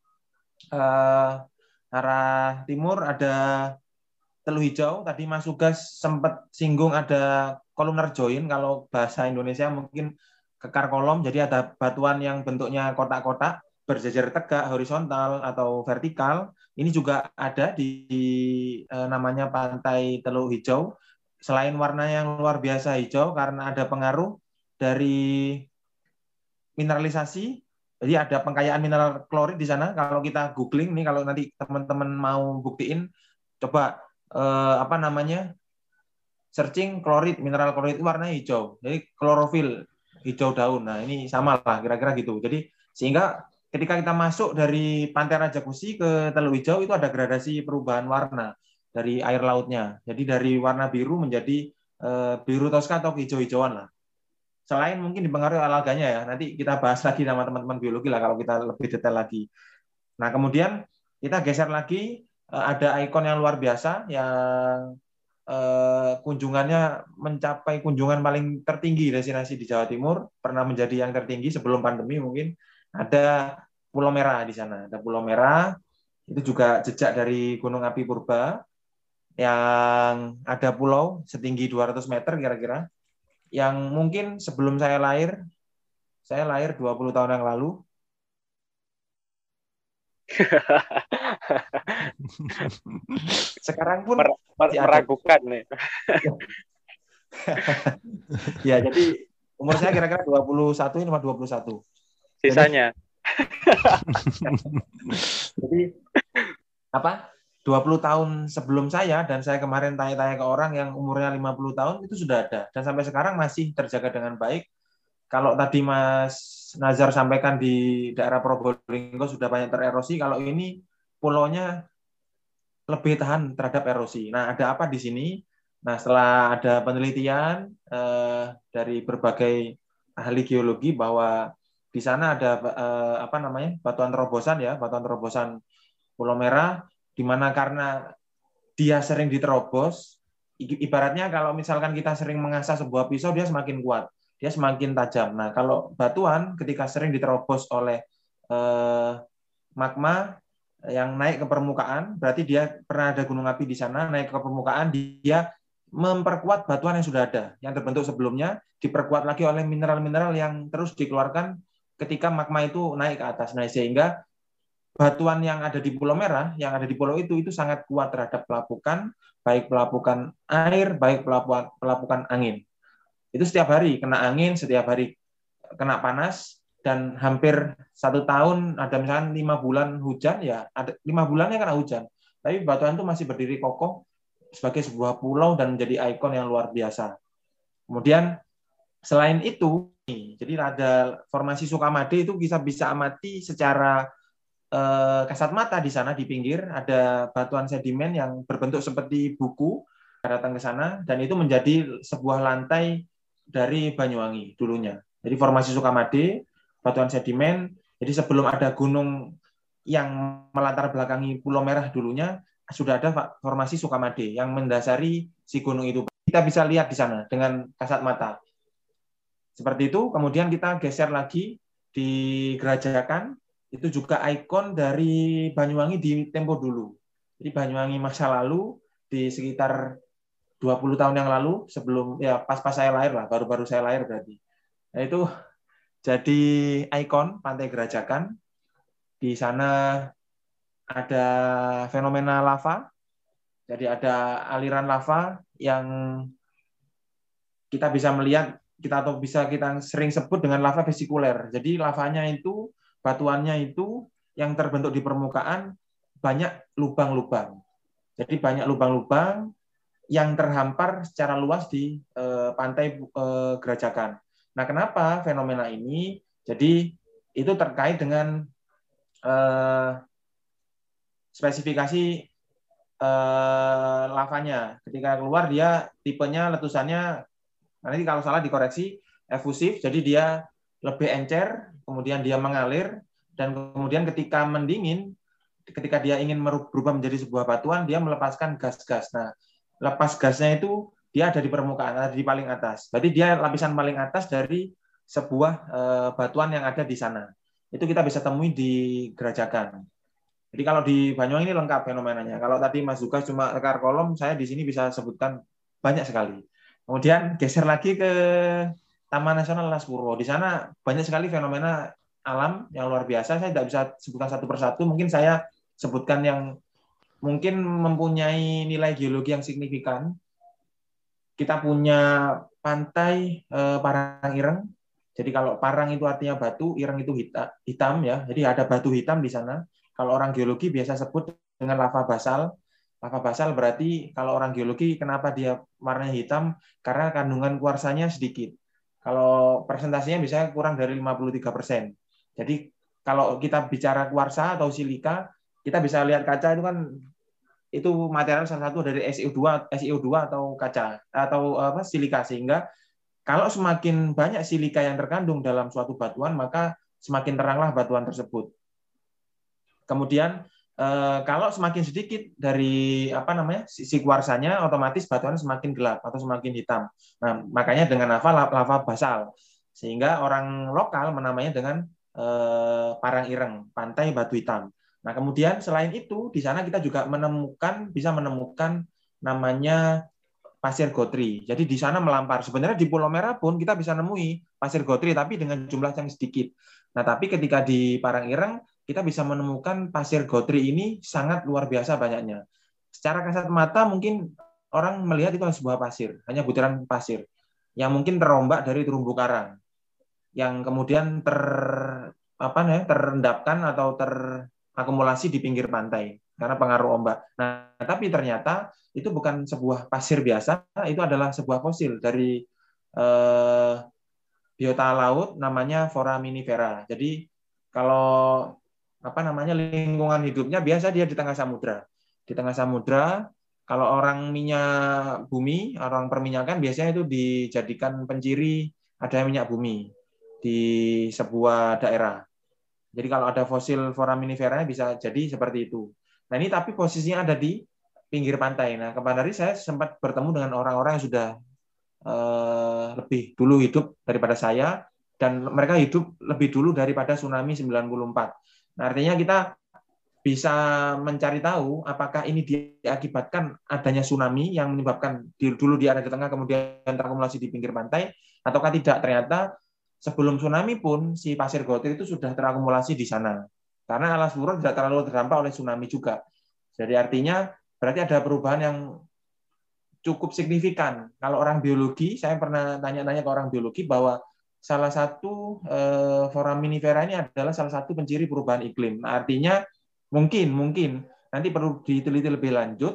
uh, arah timur, ada Teluh Hijau. Tadi Mas Sugas sempat singgung ada columnar join, kalau bahasa Indonesia mungkin kekar kolom. Jadi ada batuan yang bentuknya kotak-kotak, berjejer tegak, horizontal atau vertikal. Ini juga ada di uh, namanya Pantai Teluh Hijau. Selain warna yang luar biasa hijau, karena ada pengaruh dari mineralisasi, jadi ada pengkayaan mineral klorid di sana. Kalau kita googling nih, kalau nanti teman-teman mau buktiin, coba eh, apa namanya searching klorid, mineral klorid itu warna hijau. Jadi klorofil hijau daun. Nah, ini sama lah kira-kira gitu. Jadi sehingga ketika kita masuk dari Pantai Raja Kusi ke Teluk Hijau itu ada gradasi perubahan warna dari air lautnya. Jadi dari warna biru menjadi eh, biru toska atau hijau-hijauan lah. Selain mungkin dipengaruhi oleh alganya ya. Nanti kita bahas lagi sama teman-teman biologi lah kalau kita lebih detail lagi. Nah, kemudian kita geser lagi, ada ikon yang luar biasa yang eh, kunjungannya mencapai kunjungan paling tertinggi destinasi di Jawa Timur, pernah menjadi yang tertinggi sebelum pandemi mungkin. Ada Pulau Merah di sana. Ada Pulau Merah, itu juga jejak dari Gunung Api Purba yang ada pulau setinggi dua ratus meter kira-kira. Yang mungkin sebelum saya lahir, saya lahir dua puluh tahun yang lalu. Sekarang pun Mer mer meragukan nih. Ya, jadi umur saya kira-kira dua puluh satu, ini dua puluh satu. Sisanya. Jadi, apa? dua puluh tahun sebelum saya, dan saya kemarin tanya-tanya ke orang yang umurnya lima puluh tahun, itu sudah ada. Dan sampai sekarang masih terjaga dengan baik. Kalau tadi Mas Nazar sampaikan di daerah Probolinggo sudah banyak tererosi, kalau ini pulaunya lebih tahan terhadap erosi. Nah, ada apa di sini? Nah, setelah ada penelitian eh, dari berbagai ahli geologi bahwa di sana ada eh, apa namanya batuan terobosan ya, batuan terobosan Pulau Merah, di mana karena dia sering diterobos, ibaratnya kalau misalkan kita sering mengasah sebuah pisau, dia semakin kuat, dia semakin tajam. Nah, kalau batuan ketika sering diterobos oleh eh, magma yang naik ke permukaan, berarti dia pernah ada gunung api di sana, naik ke permukaan, dia memperkuat batuan yang sudah ada, yang terbentuk sebelumnya, diperkuat lagi oleh mineral-mineral yang terus dikeluarkan ketika magma itu naik ke atas. Nah, sehingga batuan yang ada di Pulau Merah, yang ada di pulau itu, itu sangat kuat terhadap pelapukan, baik pelapukan air, baik pelapukan, pelapukan angin. Itu setiap hari kena angin, setiap hari kena panas, dan hampir satu tahun, ada misalnya lima bulan hujan, ya ada lima bulannya kena hujan. Tapi batuan itu masih berdiri kokoh sebagai sebuah pulau dan menjadi ikon yang luar biasa. Kemudian selain itu, jadi ada formasi Sukamade itu bisa bisa amati secara eh, kasat mata di sana di pinggir ada batuan sedimen yang berbentuk seperti buku, datang ke sana dan itu menjadi sebuah lantai dari Banyuwangi dulunya. Jadi formasi Sukamade, batuan sedimen. Jadi sebelum ada gunung yang melatar belakangi Pulau Merah dulunya, sudah ada formasi Sukamade yang mendasari si gunung itu. Kita bisa lihat di sana dengan kasat mata. Seperti itu, kemudian kita geser lagi di Gerajakan, itu juga ikon dari Banyuwangi di tempo dulu. Jadi Banyuwangi masa lalu, di sekitar dua puluh tahun yang lalu, sebelum, ya pas-pas saya lahir lah, baru-baru saya lahir berarti. Nah itu jadi ikon Pantai Gerajakan. Di sana ada fenomena lava, jadi ada aliran lava yang kita bisa melihat, kita atau bisa kita sering sebut dengan lava vesikuler. Jadi lavanya itu, batuannya itu yang terbentuk di permukaan banyak lubang-lubang. Jadi banyak lubang-lubang yang terhampar secara luas di eh, pantai eh, Gerajakan. Nah, kenapa fenomena ini? Jadi itu terkait dengan eh, spesifikasi eh, lavanya. Ketika keluar dia tipenya letusannya, nanti kalau salah dikoreksi, efusif, jadi dia lebih encer, kemudian dia mengalir, dan kemudian ketika mendingin, ketika dia ingin berubah menjadi sebuah batuan, dia melepaskan gas-gas. Nah, lepas gasnya itu dia ada di permukaan, ada di paling atas. Berarti dia lapisan paling atas dari sebuah eh, batuan yang ada di sana. Itu kita bisa temui di Gerajakan. Jadi kalau di Banyuwangi ini lengkap fenomenanya. Kalau tadi Mas Zukas cuma rekar kolom, saya di sini bisa sebutkan banyak sekali. Kemudian geser lagi ke Taman Nasional Alas Purwo. Di sana banyak sekali fenomena alam yang luar biasa. Saya tidak bisa sebutkan satu persatu. Mungkin saya sebutkan yang mungkin mempunyai nilai geologi yang signifikan. Kita punya pantai eh, Parangireng. Jadi kalau parang itu artinya batu, ireng itu hitam, hitam ya. Jadi ada batu hitam di sana. Kalau orang geologi biasa sebut dengan lava basal. Lava basal berarti kalau orang geologi kenapa dia warnanya hitam? Karena kandungan kuarsanya sedikit. Kalau presentasinya misalnya kurang dari lima puluh tiga persen. Jadi kalau kita bicara kuarsa atau silika, kita bisa lihat kaca itu kan itu material salah satu dari S i O dua, S i O dua atau kaca atau apa silika, sehingga kalau semakin banyak silika yang terkandung dalam suatu batuan, maka semakin teranglah batuan tersebut. Kemudian eh, kalau semakin sedikit dari apa namanya sisi kuarsanya, otomatis batuan semakin gelap atau semakin hitam. Nah, makanya dengan lava lava basal, sehingga orang lokal menamainya dengan eh, Parang Ireng, pantai batu hitam. Nah, kemudian selain itu di sana kita juga menemukan bisa menemukan namanya pasir gotri. Jadi di sana melampar. Sebenarnya di Pulau Merah pun kita bisa nemui pasir gotri, tapi dengan jumlah yang sedikit. Nah, tapi ketika di Parang Ireng kita bisa menemukan pasir gotri ini sangat luar biasa banyaknya. Secara kasat mata mungkin orang melihat itu sebuah pasir, hanya butiran pasir yang mungkin terombak dari terumbu karang, yang kemudian ter apa namanya terendapkan atau terakumulasi di pinggir pantai karena pengaruh ombak. Nah, tapi ternyata itu bukan sebuah pasir biasa, itu adalah sebuah fosil dari eh, biota laut namanya foraminifera. Jadi kalau apa namanya lingkungan hidupnya biasa dia di tengah samudra. Di tengah samudra, kalau orang minyak bumi, orang perminyakan biasanya itu dijadikan penciri adanya minyak bumi di sebuah daerah. Jadi kalau ada fosil foraminifera bisa jadi seperti itu. Nah ini tapi posisinya ada di pinggir pantai. Nah kemarin hari saya sempat bertemu dengan orang-orang yang sudah eh, lebih dulu hidup daripada saya, dan mereka hidup lebih dulu daripada tsunami sembilan puluh empat. Nah artinya kita bisa mencari tahu apakah ini diakibatkan adanya tsunami yang menyebabkan dulu di area tengah kemudian terakumulasi di pinggir pantai, ataukah tidak. Ternyata sebelum tsunami pun si pasir gotri itu sudah terakumulasi di sana. Karena alas buron tidak terlalu terdampak oleh tsunami juga. Jadi artinya berarti ada perubahan yang cukup signifikan. Kalau orang biologi, saya pernah tanya-tanya ke orang biologi bahwa salah satu eh, foraminifera ini adalah salah satu penciri perubahan iklim. Nah, artinya mungkin mungkin nanti perlu diteliti lebih lanjut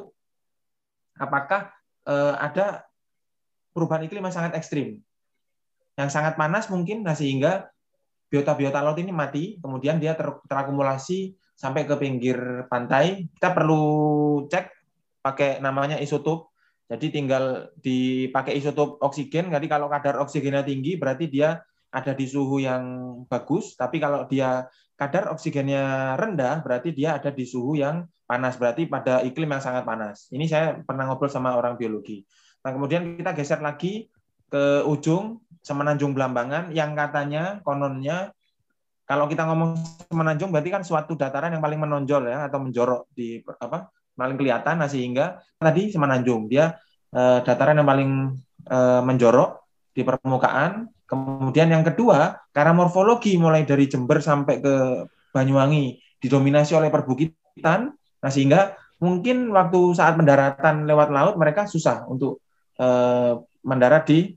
apakah eh, ada perubahan iklim yang sangat ekstrim, yang sangat panas mungkin, nah sehingga biota-biota laut ini mati, kemudian dia ter terakumulasi sampai ke pinggir pantai. Kita perlu cek pakai namanya isotop. Jadi tinggal dipakai isotop oksigen. Jadi kalau kadar oksigennya tinggi berarti dia ada di suhu yang bagus. Tapi kalau dia kadar oksigennya rendah berarti dia ada di suhu yang panas. Berarti pada iklim yang sangat panas. Ini saya pernah ngobrol sama orang biologi. Nah kemudian kita geser lagi ke ujung Semenanjung Belambangan yang katanya kononnya kalau kita ngomong Semenanjung berarti kan suatu dataran yang paling menonjol ya atau menjorok di apa paling kelihatan. Nah sehingga tadi Semenanjung dia eh, dataran yang paling eh, menjorok di permukaan. Kemudian yang kedua karena morfologi mulai dari Jember sampai ke Banyuwangi didominasi oleh perbukitan. Nah sehingga mungkin waktu saat pendaratan lewat laut mereka susah untuk eh, mendarat di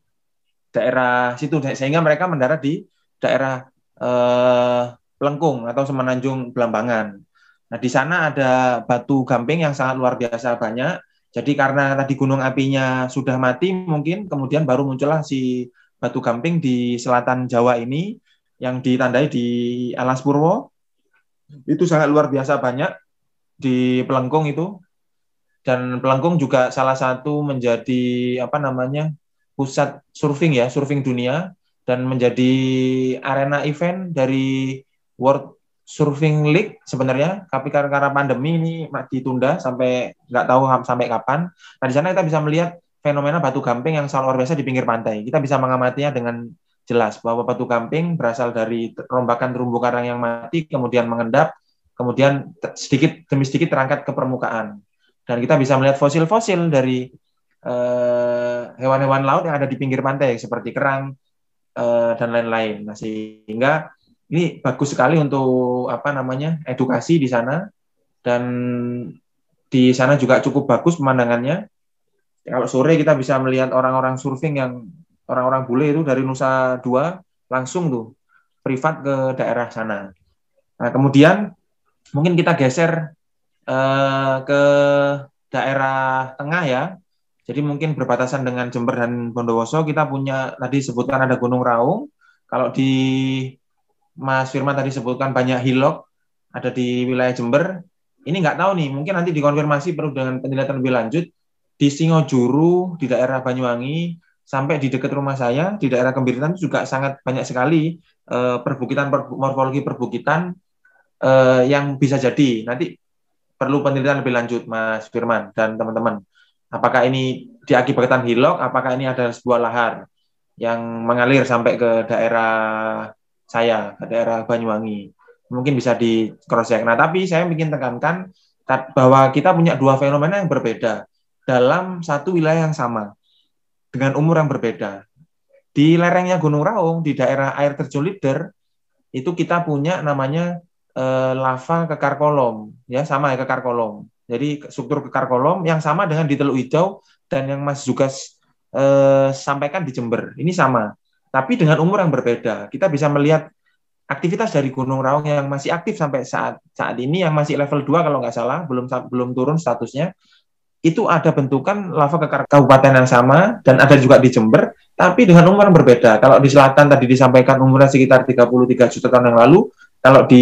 daerah situ, sehingga mereka mendarat di daerah eh, Pelengkung atau Semenanjung Belambangan. Nah, di sana ada batu gamping yang sangat luar biasa banyak. Jadi karena tadi gunung apinya sudah mati mungkin, kemudian baru muncullah si batu gamping di selatan Jawa ini yang ditandai di Alas Purwo. Itu sangat luar biasa banyak di Pelengkung itu. Dan Pelengkung juga salah satu menjadi apa namanya pusat surfing ya, surfing dunia, dan menjadi arena event dari World Surfing League sebenarnya. Tapi karena pandemi ini ditunda sampai nggak tahu sampai kapan. Nah di sana kita bisa melihat fenomena batu gamping yang sangat luar biasa di pinggir pantai. Kita bisa mengamatinya dengan jelas bahwa batu gamping berasal dari rombakan terumbu karang yang mati, kemudian mengendap, kemudian sedikit demi sedikit terangkat ke permukaan. Dan kita bisa melihat fosil-fosil dari hewan-hewan laut yang ada di pinggir pantai seperti kerang uh, dan lain-lain. Nah, sehingga ini bagus sekali untuk apa namanya edukasi di sana, dan di sana juga cukup bagus pemandangannya. Kalau sore kita bisa melihat orang-orang surfing yang orang-orang bule itu dari Nusa Dua langsung tuh privat ke daerah sana. Nah, kemudian mungkin kita geser uh, ke daerah tengah ya. Jadi mungkin berbatasan dengan Jember dan Bondowoso kita punya tadi sebutkan ada Gunung Raung. Kalau di Mas Firman tadi sebutkan banyak hilok ada di wilayah Jember. Ini nggak tahu nih, mungkin nanti dikonfirmasi perlu dengan penjelasan lebih lanjut. Di Singojuru, di daerah Banyuwangi, sampai di dekat rumah saya, di daerah Kembiritan juga sangat banyak sekali eh, perbukitan, per, morfologi perbukitan eh, yang bisa jadi. Nanti perlu penelitian lebih lanjut, Mas Firman dan teman-teman. Apakah ini diakibatkan hilok, apakah ini ada sebuah lahar yang mengalir sampai ke daerah saya, ke daerah Banyuwangi. Mungkin bisa di cross check. Nah, tapi saya ingin tekankan bahwa kita punya dua fenomena yang berbeda dalam satu wilayah yang sama dengan umur yang berbeda. Di lerengnya Gunung Raung, di daerah air terjun Lider, itu kita punya namanya eh, lava kekar kolom, ya sama ya kekar kolom. Jadi struktur kekar kolom yang sama dengan di Teluk Hijau dan yang Mas Zugas eh, sampaikan di Jember. Ini sama, tapi dengan umur yang berbeda. Kita bisa melihat aktivitas dari Gunung Raung yang masih aktif sampai saat saat ini, yang masih level dua kalau nggak salah, belum belum turun statusnya, itu ada bentukan lava kekar kabupaten yang sama, dan ada juga di Jember, tapi dengan umur yang berbeda. Kalau di selatan tadi disampaikan umurnya sekitar tiga puluh tiga juta tahun yang lalu, kalau di,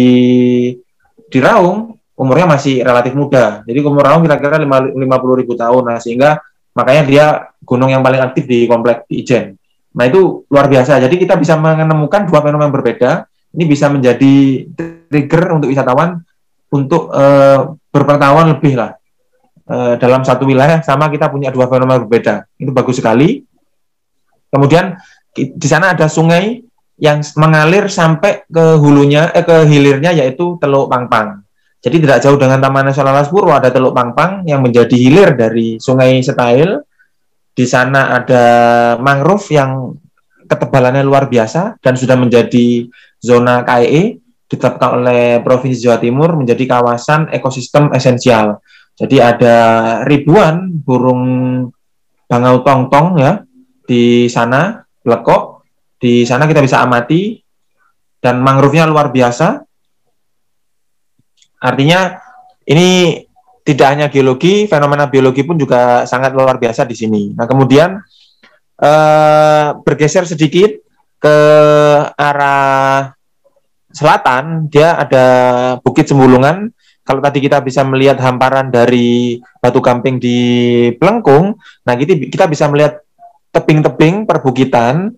di Raung, umurnya masih relatif muda. Jadi umur Raung kira-kira lima puluh ribu tahun, nah, sehingga makanya dia gunung yang paling aktif di kompleks di Ijen. Nah itu luar biasa, jadi kita bisa menemukan dua fenomena yang berbeda. Ini bisa menjadi trigger untuk wisatawan untuk uh, berpengetahuan lebih lah uh, dalam satu wilayah sama kita punya dua fenomena berbeda. Itu bagus sekali. Kemudian di sana ada sungai yang mengalir sampai ke hulunya, eh, ke hilirnya yaitu Teluk Pangpang. Jadi tidak jauh dengan Taman Nasional Alas Purwo ada Teluk Pangpang yang menjadi hilir dari Sungai Setail. Di sana ada mangrove yang ketebalannya luar biasa dan sudah menjadi zona K E E ditetapkan oleh Provinsi Jawa Timur menjadi kawasan ekosistem esensial. Jadi ada ribuan burung bangau tongtong ya di sana, lekok. Di sana kita bisa amati dan mangrove-nya luar biasa. Artinya ini tidak hanya geologi, fenomena biologi pun juga sangat luar biasa di sini. Nah, kemudian Uh, bergeser sedikit ke arah selatan, dia ada Bukit Sembulungan. Kalau tadi kita bisa melihat hamparan dari Batu Gamping di Plengkung, nah kita bisa melihat tebing-tebing perbukitan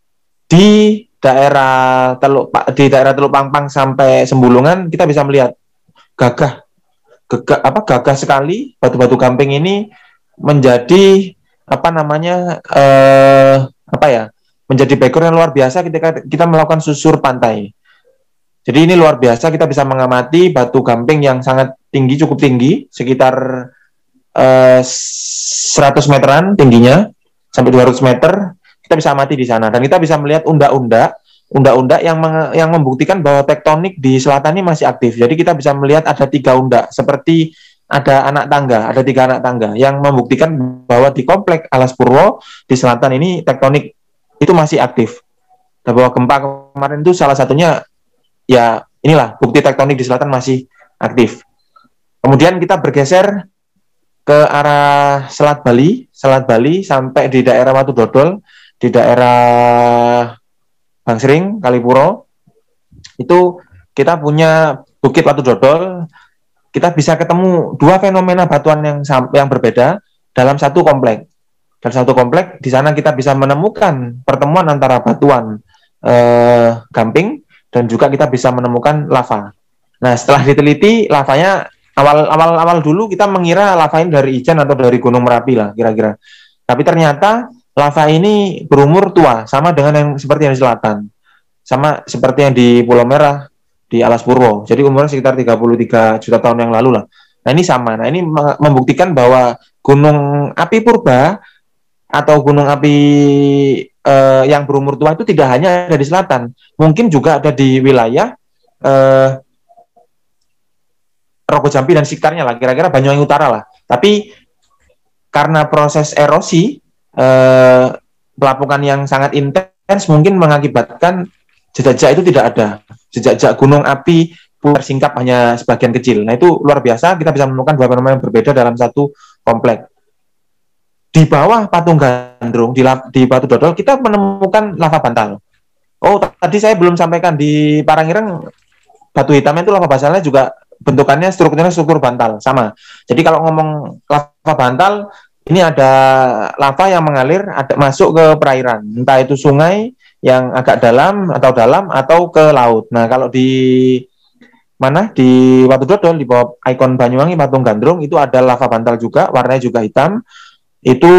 di daerah Teluk di daerah Teluk Pangpang sampai Sembulungan. Kita bisa melihat gagah, gagah apa gagah sekali batu-batu gamping ini menjadi apa namanya eh, apa ya menjadi background yang luar biasa ketika kita melakukan susur pantai. Jadi ini luar biasa, kita bisa mengamati batu gamping yang sangat tinggi, cukup tinggi, sekitar eh, seratus meteran tingginya sampai dua ratus meter. Kita bisa amati di sana dan kita bisa melihat undak-undak, undak-undak yang meng- yang membuktikan bahwa tektonik di selatan ini masih aktif. Jadi kita bisa melihat ada tiga undak seperti ada anak tangga, ada tiga anak tangga yang membuktikan bahwa di komplek Alas Purwo di selatan ini tektonik itu masih aktif. Dan bahwa gempa kemarin itu salah satunya ya inilah bukti tektonik di selatan masih aktif. Kemudian kita bergeser ke arah Selat Bali, Selat Bali sampai di daerah Watu Dodol, di daerah Bangsering, Kalipuro. Itu kita punya Bukit Watu Dodol. Kita bisa ketemu dua fenomena batuan yang yang berbeda dalam satu komplek. Dalam satu komplek, di sana kita bisa menemukan pertemuan antara batuan eh, gamping dan juga kita bisa menemukan lava. Nah, setelah diteliti lavanya awal awal awal dulu kita mengira lava ini dari Ijen atau dari Gunung Merapi lah kira-kira. Tapi ternyata lava ini berumur tua, sama dengan yang seperti yang di selatan, sama seperti yang di Pulau Merah, di Alas Purwo. Jadi umurnya sekitar tiga puluh tiga juta tahun yang lalu lah. Nah ini sama. Nah ini membuktikan bahwa gunung api purba atau gunung api eh, yang berumur tua itu tidak hanya ada di selatan. Mungkin juga ada di wilayah eh, Rogo Jampi dan sekitarnya lah. Kira-kira Banyuwangi Utara lah. Tapi karena proses erosi eh, pelapukan yang sangat intens mungkin mengakibatkan jejak-jejak itu tidak ada. Jejak-jejak gunung api tersingkap hanya sebagian kecil. Nah itu luar biasa, kita bisa menemukan dua fenomena yang berbeda dalam satu komplek. di bawah Patung Gandrung di, di Batu Dodol kita menemukan lava bantal. Oh, tadi saya belum sampaikan di Parangireng batu hitamnya itu lava basalnya juga bentukannya strukturnya struktur bantal sama. Jadi kalau ngomong lava bantal ini ada lava yang mengalir ada masuk ke perairan, entah itu sungai yang agak dalam atau dalam atau ke laut. Nah, kalau di mana di Batu Dodol di bawah ikon Banyuwangi Patung Gandrung itu ada lava bantal juga, warnanya juga hitam. Itu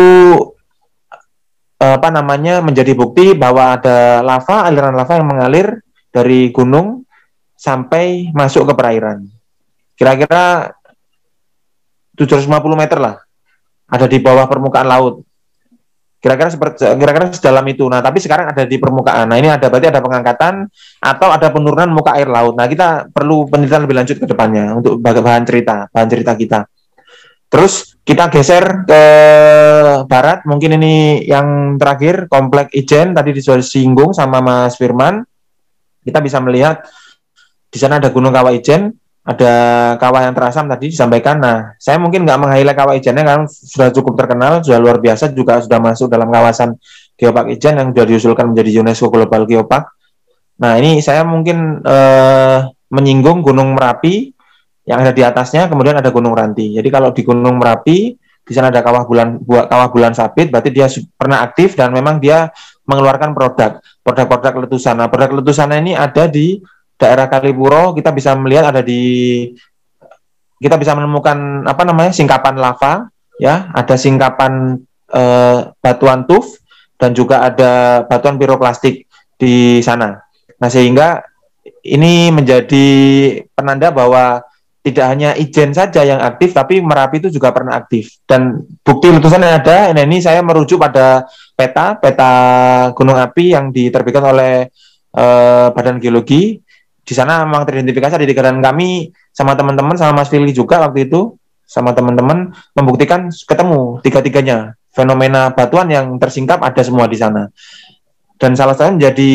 apa namanya menjadi bukti bahwa ada lava, aliran lava yang mengalir dari gunung sampai masuk ke perairan. Kira-kira tujuh ratus lima puluh meter lah, ada di bawah permukaan laut. Kira-kira seperti kira-kira sedalam itu. Nah, tapi sekarang ada di permukaan. Nah, ini ada berarti ada pengangkatan atau ada penurunan muka air laut. Nah, kita perlu penelitian lebih lanjut ke depannya untuk bahan cerita, bahan cerita kita. Terus kita geser ke barat, mungkin ini yang terakhir, Komplek Ijen tadi disinggung sama Mas Firman. Kita bisa melihat di sana ada Gunung Kawah Ijen, ada kawah yang terasam tadi disampaikan. Nah, saya mungkin nggak meng-highlight kawah Ijennya karena sudah cukup terkenal, sudah luar biasa, juga sudah masuk dalam kawasan Geopark Ijen yang sudah diusulkan menjadi UNESCO Global Geopark. Nah, ini saya mungkin eh, menyinggung Gunung Merapi yang ada di atasnya, kemudian ada Gunung Ranti. Jadi kalau di Gunung Merapi, di sana ada kawah bulan kawah bulan sabit, berarti dia pernah aktif dan memang dia mengeluarkan produk, produk-produk letusan. Nah, produk letusan ini ada di daerah Kalipuro, kita bisa melihat ada di kita bisa menemukan apa namanya singkapan lava, ya, ada singkapan eh, batuan tuf dan juga ada batuan piroplastik di sana. Nah, sehingga ini menjadi penanda bahwa tidak hanya Ijen saja yang aktif, tapi Merapi itu juga pernah aktif. Dan bukti letusan yang ada, nah ini saya merujuk pada peta, peta gunung api yang diterbitkan oleh eh, Badan Geologi. Di sana memang teridentifikasi di dan kami sama teman-teman, sama Mas Fili juga waktu itu, sama teman-teman membuktikan ketemu tiga-tiganya. Fenomena batuan yang tersingkap ada semua di sana. Dan salah satunya menjadi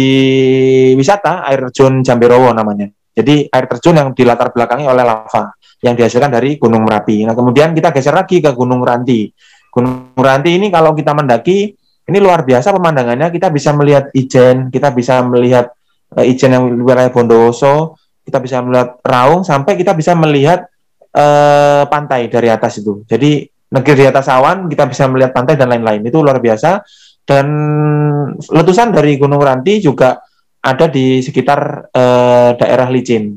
wisata air terjun Jamberowo namanya. Jadi air terjun yang dilatar belakangi oleh lava yang dihasilkan dari Gunung Merapi. Nah, kemudian kita geser lagi ke Gunung Ranti. Gunung Ranti ini kalau kita mendaki, ini luar biasa pemandangannya. Kita bisa melihat Ijen, kita bisa melihat uh, Ijen yang wilayah Bondowoso, kita bisa melihat Raung, sampai kita bisa melihat uh, pantai dari atas itu. Jadi negeri di atas awan, kita bisa melihat pantai dan lain-lain. Itu luar biasa. Dan letusan dari Gunung Ranti juga ada di sekitar eh, daerah licin.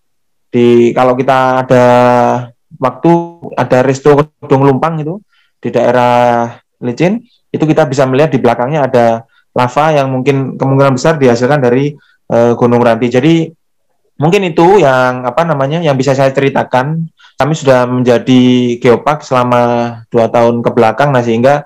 Di kalau kita ada waktu ada resto Kedung Lumpang itu di daerah licin, itu kita bisa melihat di belakangnya ada lava yang mungkin kemungkinan besar dihasilkan dari eh, Gunung Ranti. Jadi mungkin itu yang apa namanya yang bisa saya ceritakan. Kami sudah menjadi geopark selama dua tahun ke belakang, nah sehingga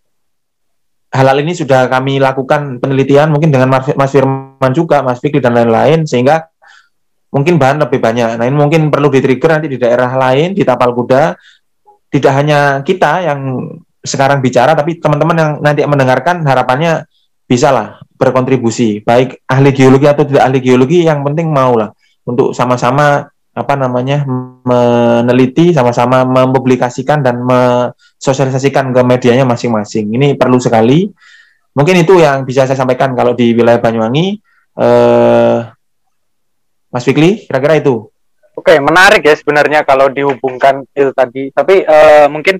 hal-hal ini sudah kami lakukan penelitian mungkin dengan Mas Firman juga, Mas Fikri dan lain-lain, sehingga mungkin bahan lebih banyak. Nah, ini mungkin perlu di-trigger nanti di daerah lain, di Tapal Kuda. Tidak hanya kita yang sekarang bicara, tapi teman-teman yang nanti mendengarkan harapannya bisalah berkontribusi, baik ahli geologi atau tidak ahli geologi, yang penting maulah untuk sama-sama apa namanya meneliti, sama-sama mempublikasikan dan mensosialisasikan ke medianya masing-masing. Ini perlu sekali. Mungkin itu yang bisa saya sampaikan kalau di wilayah Banyuwangi. Eh, Mas Fikri, kira-kira itu. Oke, menarik ya sebenarnya kalau dihubungkan itu tadi. Tapi eh, mungkin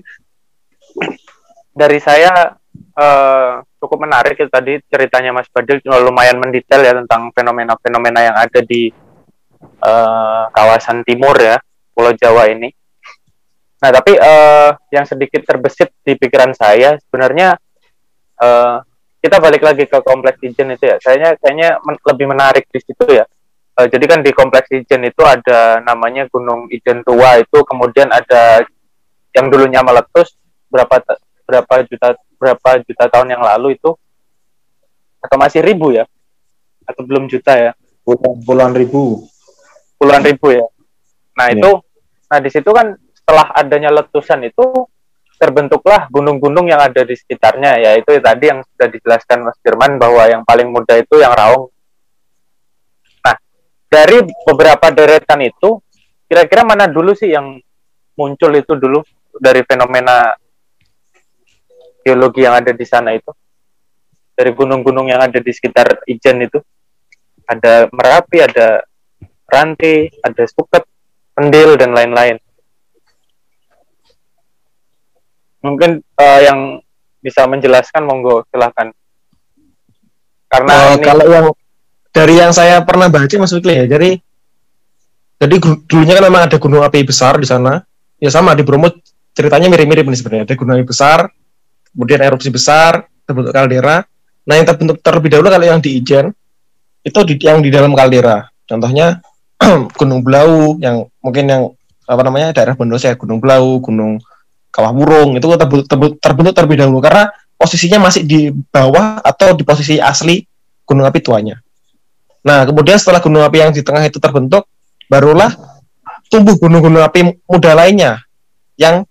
dari saya eh, cukup menarik itu tadi ceritanya Mas Badil, lumayan mendetail ya tentang fenomena-fenomena yang ada di Uh, kawasan timur ya Pulau Jawa ini. Nah tapi uh, yang sedikit terbesit di pikiran saya sebenarnya uh, kita balik lagi ke Kompleks Ijen itu ya. Kayaknya kayaknya men lebih menarik di situ ya. Uh, jadi kan di Kompleks Ijen itu ada namanya Gunung Ijen Tua itu, kemudian ada yang dulunya meletus berapa berapa juta berapa juta tahun yang lalu itu, atau masih ribu ya, atau belum juta ya? Puluhan ribu. Puluhan ribu ya. Nah yeah. itu, nah di situ kan setelah adanya letusan itu terbentuklah gunung-gunung yang ada di sekitarnya, yaitu tadi yang sudah dijelaskan Mas Firman bahwa yang paling muda itu yang Raung. Nah dari beberapa deretan itu, kira-kira mana dulu sih yang muncul itu dulu dari fenomena geologi yang ada di sana itu. Dari gunung-gunung yang ada di sekitar Ijen itu. Ada Merapi, ada Rante, ada Suket, Pendil, dan lain-lain. Mungkin uh, yang bisa menjelaskan, monggo silahkan. Karena oh, ini... kalau yang dari yang saya pernah baca Mas Fikri ya, jadi jadi dulunya kan memang ada gunung api besar di sana. Ya sama di Bromo ceritanya mirip-mirip nih sebenarnya. Ada gunung api besar, kemudian erupsi besar, terbentuk kaldera. Nah yang terbentuk terlebih dahulu kalau yang di Ijen itu di, yang di dalam kaldera. Contohnya Gunung Belau yang mungkin yang apa namanya daerah Bondowoso ya, Gunung Belau, Gunung Kawah Burung itu terbentuk, terbentuk, terbentuk terlebih dahulu karena posisinya masih di bawah atau di posisi asli gunung api tuanya. Nah kemudian setelah gunung api yang di tengah itu terbentuk, barulah tumbuh gunung-gunung api muda lainnya yang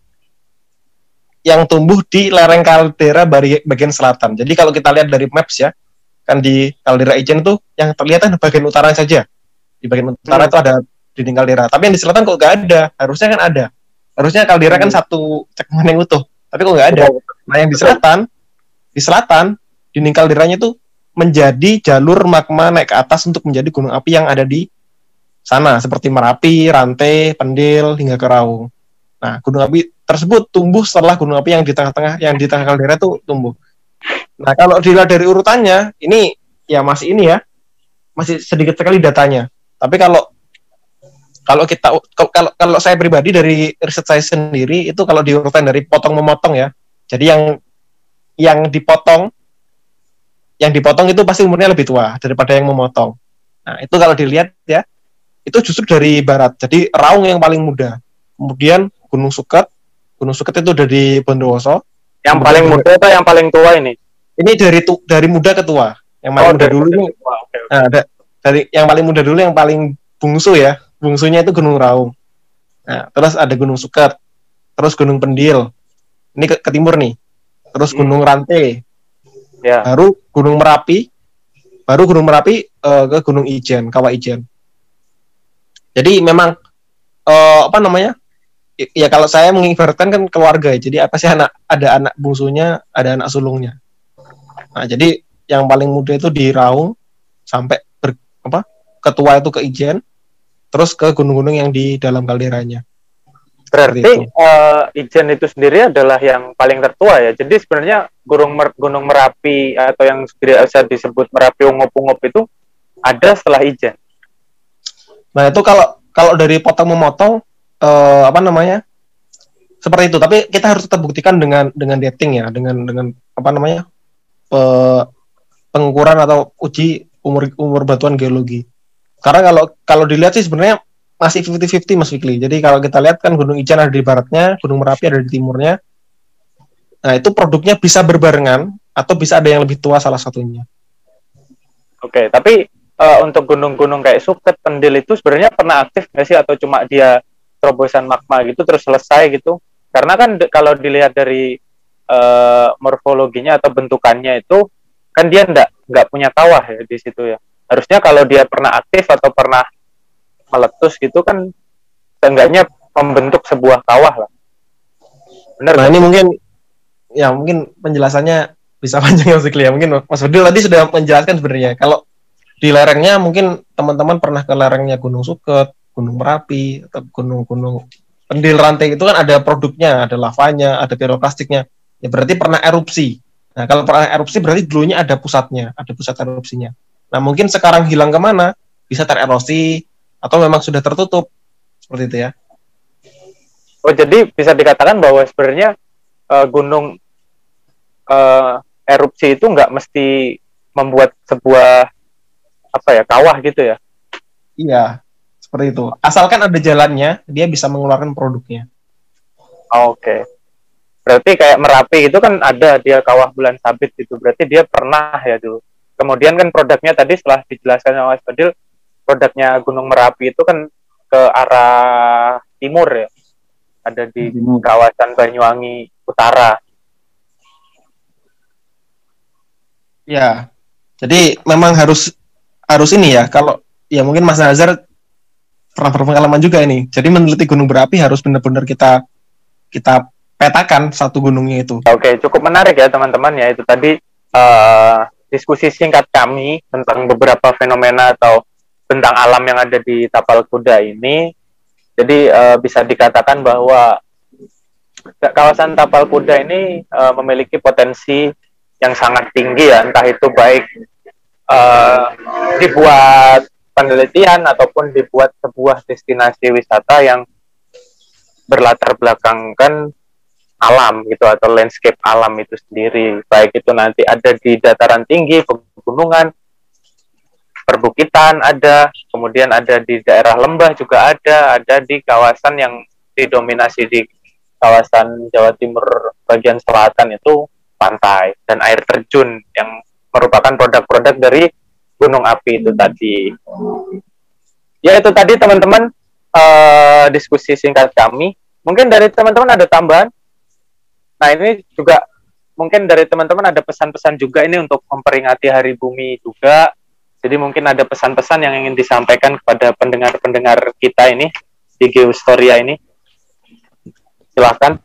yang tumbuh di lereng kaldera bagian selatan. Jadi kalau kita lihat dari maps ya, kan di kaldera Ijen itu yang terlihat kan bagian utara saja. Di bagian utara hmm. itu ada dinding kaldera. Tapi yang di selatan kok nggak ada. Harusnya kan ada. Harusnya kaldera hmm. kan satu cekungan yang utuh. Tapi kok nggak ada. Nah yang di selatan, di selatan dinding kalderanya itu menjadi jalur magma naik ke atas untuk menjadi gunung api yang ada di sana seperti Merapi, Rante, Pendil hingga ke Raung. Nah, gunung api tersebut tumbuh setelah gunung api yang di tengah-tengah yang di tengah kaldera itu tumbuh. Nah, kalau dilihat dari urutannya, ini ya masih ini ya, masih sedikit sekali datanya. Tapi kalau kalau kita kalau kalau saya pribadi dari riset saya sendiri itu kalau diurutan dari potong memotong ya. Jadi yang yang dipotong yang dipotong itu pasti umurnya lebih tua daripada yang memotong. Nah, itu kalau dilihat ya, itu justru dari barat. Jadi Raung yang paling muda. Kemudian Gunung Suket. Gunung Suket itu dari Bondowoso. Yang paling muda atau yang paling tua ini? Ini dari tu, dari muda ke tua. Yang paling oh, muda dulu ini. Okay, okay. Nah, ada, dari yang paling muda dulu yang paling bungsu ya. Bungsunya itu Gunung Raung. Nah, terus ada Gunung Suket. Terus Gunung Pendil. Ini ke, ke timur nih. Terus Gunung hmm. Rante. Ya. Baru Gunung Merapi. Baru Gunung Merapi uh, ke Gunung Ijen, Kawah Ijen. Jadi memang uh, apa namanya? Ya kalau saya mengibaratkan kan keluarga. Jadi apa sih anak ada anak bungsunya, ada anak sulungnya. Nah, jadi yang paling muda itu di Raung sampai ber, apa? Ketua itu ke Ijen, terus ke gunung-gunung yang di dalam kalderanya. Berarti uh, Ijen itu sendiri adalah yang paling tertua ya. Jadi sebenarnya Gunung Mer- Gunung Merapi atau yang biasa disebut Merapi Ungup-Ungup itu ada setelah Ijen. Nah itu kalau kalau dari potong memotong uh, apa namanya seperti itu. Tapi kita harus tetap buktikan dengan dengan dating ya, dengan dengan apa namanya pe, pengukuran atau uji umur umur batuan geologi. Karena kalau kalau dilihat sih sebenarnya masih lima puluh lima puluh Mas Fikri. Jadi kalau kita lihat kan Gunung Ijen ada di baratnya, Gunung Merapi ada di timurnya. Nah itu produknya bisa berbarengan atau bisa ada yang lebih tua salah satunya. Oke, tapi Uh, untuk gunung-gunung kayak Suket, Pendil itu sebenarnya pernah aktif nggak sih atau cuma dia terobosan magma gitu terus selesai gitu? Karena kan de- kalau dilihat dari uh, morfologinya atau bentukannya itu kan dia nggak nggak punya kawah ya di situ ya. Harusnya kalau dia pernah aktif atau pernah meletus gitu kan seenggaknya membentuk sebuah kawah lah. Benar? Nah ini mungkin ya mungkin penjelasannya bisa panjang ya Mas Fikri ya. Mungkin Mas Fadil tadi sudah menjelaskan sebenarnya kalau di lerengnya mungkin teman-teman pernah ke lerengnya Gunung Suket, Gunung Merapi, atau gunung-gunung Pendil, Rante itu kan ada produknya, ada lavanya, ada piroklastiknya. Ya berarti pernah erupsi. Nah kalau pernah erupsi berarti dulunya ada pusatnya, ada pusat erupsinya. Nah mungkin sekarang hilang kemana? Bisa tererosi atau memang sudah tertutup seperti itu ya. Oh jadi bisa dikatakan bahwa sebenarnya uh, gunung uh, erupsi itu nggak mesti membuat sebuah apa ya kawah gitu ya? Iya, seperti itu. Asalkan ada jalannya, dia bisa mengeluarkan produknya. Oke. Okay. Berarti kayak Merapi itu kan ada dia kawah bulan sabit gitu. Berarti dia pernah ya dulu. Kemudian kan produknya tadi setelah dijelaskan sama Mas Fadil, produknya Gunung Merapi itu kan ke arah timur ya. Ada di timur. Kawasan Banyuwangi Utara. Ya. Jadi memang harus harus ini ya, kalau ya mungkin Mas Nazar pernah berpengalaman juga ini. Jadi meneliti gunung berapi harus benar-benar kita kita petakan satu gunungnya itu. Oke, cukup menarik ya teman-teman ya, itu tadi uh, diskusi singkat kami tentang beberapa fenomena atau bentang alam yang ada di Tapal Kuda ini. Jadi uh, bisa dikatakan bahwa kawasan Tapal Kuda ini uh, memiliki potensi yang sangat tinggi ya, entah itu baik uh, dibuat penelitian ataupun dibuat sebuah destinasi wisata yang berlatar belakangkan alam gitu atau landscape alam itu sendiri, baik itu nanti ada di dataran tinggi, pegunungan, perbukitan ada, kemudian ada di daerah lembah juga ada, ada di kawasan yang didominasi di kawasan Jawa Timur bagian selatan itu pantai dan air terjun yang merupakan produk-produk dari gunung api itu tadi. Ya itu tadi teman-teman uh, diskusi singkat kami. Mungkin dari teman-teman ada tambahan? Nah ini juga mungkin dari teman-teman ada pesan-pesan juga ini untuk memperingati Hari Bumi juga. Jadi mungkin ada pesan-pesan yang ingin disampaikan kepada pendengar-pendengar kita ini di Geostoria ini. Silakan.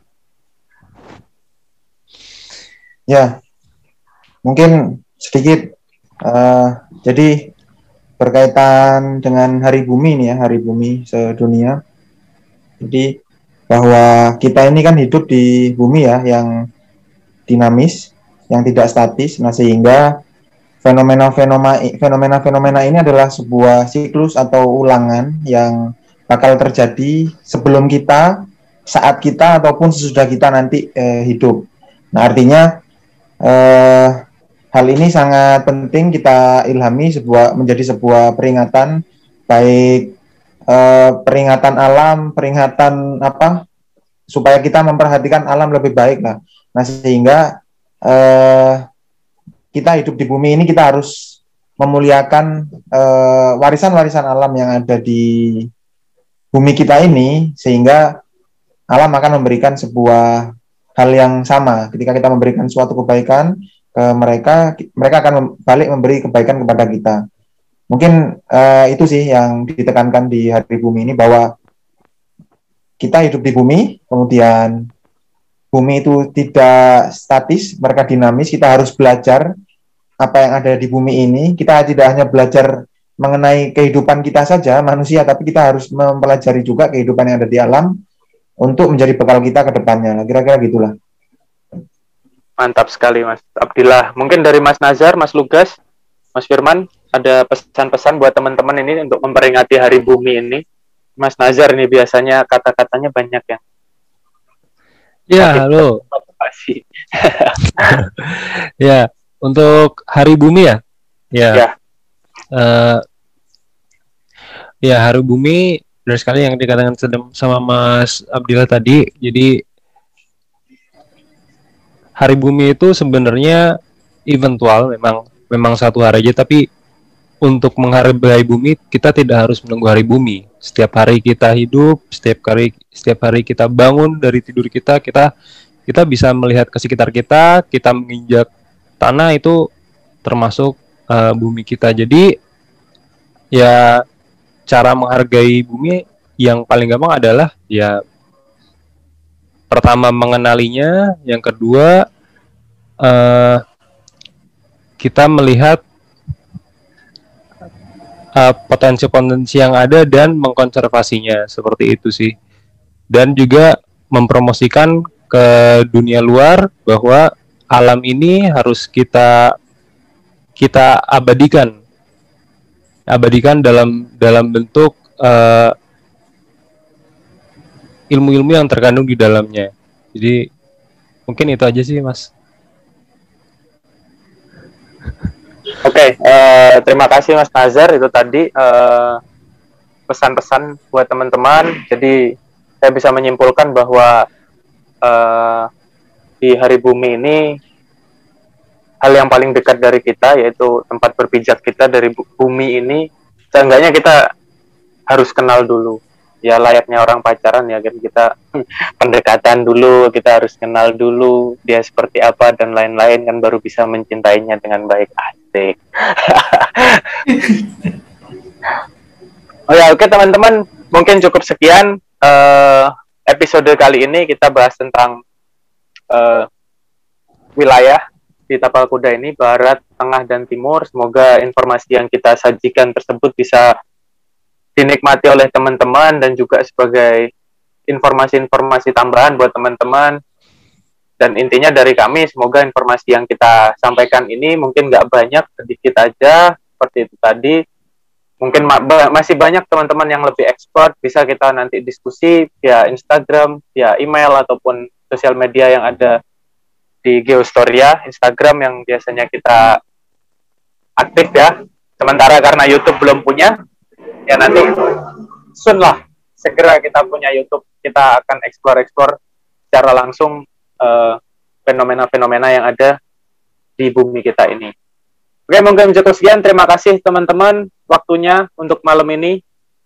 Ya, mungkin sedikit. Uh, jadi berkaitan dengan Hari Bumi ini ya, Hari Bumi sedunia. Jadi bahwa kita ini kan hidup di bumi ya, yang dinamis, yang tidak statis. Nah sehingga fenomena-fenomena fenomena-fenomena ini adalah sebuah siklus atau ulangan yang bakal terjadi sebelum kita, saat kita, ataupun sesudah kita nanti eh, hidup. Nah artinya eh, hal ini sangat penting kita ilhami sebuah menjadi sebuah peringatan, baik eh, peringatan alam, peringatan apa, supaya kita memperhatikan alam lebih baik lah. Nah sehingga eh, kita hidup di bumi ini kita harus memuliakan eh, warisan-warisan alam yang ada di bumi kita ini, sehingga alam akan memberikan sebuah hal yang sama. Ketika kita memberikan suatu kebaikan ke mereka, mereka akan balik memberi kebaikan kepada kita. Mungkin uh, itu sih yang ditekankan di Hari Bumi ini, bahwa kita hidup di bumi, kemudian bumi itu tidak statis, mereka dinamis. Kita harus belajar apa yang ada di bumi ini. Kita tidak hanya belajar mengenai kehidupan kita saja, manusia, tapi kita harus mempelajari juga kehidupan yang ada di alam untuk menjadi bekal kita ke depannya. Kira-kira gitulah. Mantap sekali Mas Abdillah. Mungkin dari Mas Nazar, Mas Lugas, Mas Firman, ada pesan-pesan buat teman-teman ini untuk memperingati Hari Bumi ini. Mas Nazar ini biasanya kata-katanya banyak ya. Ya, halo. Ya, untuk Hari Bumi ya. Ya. Ya, uh, ya Hari Bumi, benar sekali yang dikatakan sama Mas Abdillah tadi. Jadi Hari Bumi itu sebenarnya eventual, memang memang satu hari aja, tapi untuk menghargai bumi kita tidak harus menunggu Hari Bumi. Setiap hari kita hidup, setiap hari setiap hari kita bangun dari tidur kita, kita kita bisa melihat ke sekitar kita, kita menginjak tanah, itu termasuk uh, bumi kita. Jadi ya cara menghargai bumi yang paling gampang adalah ya pertama mengenalinya, yang kedua uh, kita melihat uh, potensi-potensi yang ada dan mengkonservasinya, seperti itu sih. Dan juga mempromosikan ke dunia luar bahwa alam ini harus kita kita abadikan, abadikan dalam dalam bentuk uh, ilmu-ilmu yang terkandung di dalamnya. Jadi mungkin itu aja sih Mas. Oke, okay, uh, terima kasih Mas Nazar, itu tadi uh, pesan-pesan buat teman-teman. Jadi saya bisa menyimpulkan bahwa uh, di Hari Bumi ini hal yang paling dekat dari kita, yaitu tempat berpijak kita dari bumi ini, seenggaknya kita harus kenal dulu. Ya layaknya orang pacaran ya kan, kita pendekatan dulu, kita harus kenal dulu dia seperti apa dan lain-lain kan, baru bisa mencintainya dengan baik. Asik. Oh ya, oke teman-teman, mungkin cukup sekian uh, episode kali ini kita bahas tentang uh, wilayah di Tapal Kuda ini, barat, tengah, dan timur. Semoga informasi yang kita sajikan tersebut bisa dinikmati oleh teman-teman dan juga sebagai informasi-informasi tambahan buat teman-teman. Dan intinya dari kami, semoga informasi yang kita sampaikan ini mungkin nggak banyak, sedikit aja, seperti itu tadi. Mungkin ma- ba- masih banyak teman-teman yang lebih expert, bisa kita nanti diskusi via Instagram, via email, ataupun sosial media yang ada di Geostoria, Instagram yang biasanya kita aktif ya. Sementara karena YouTube belum punya, ya nanti soon lah, segera kita punya YouTube, kita akan explore-explore secara langsung uh, fenomena-fenomena yang ada di bumi kita ini. Oke, mungkin cukup sekian. Terima kasih teman-teman waktunya untuk malam ini.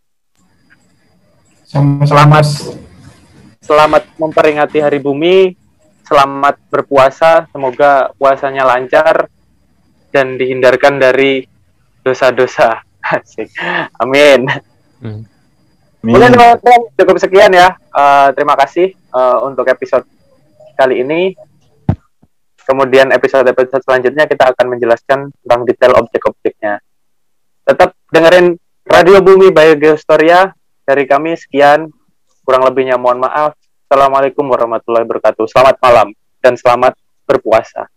Selamat Selamat memperingati Hari Bumi. Selamat berpuasa, semoga puasanya lancar dan dihindarkan dari dosa-dosa. Asik. Amin. Hmm. Mungkin teman-teman cukup sekian ya. Uh, terima kasih uh, untuk episode kali ini. Kemudian episode-episode selanjutnya kita akan menjelaskan tentang detail objek-objeknya. Tetap dengerin Radio Bumi by Geostoria. Dari kami sekian. Kurang lebihnya mohon maaf. Assalamualaikum warahmatullahi wabarakatuh. Selamat malam dan selamat berpuasa.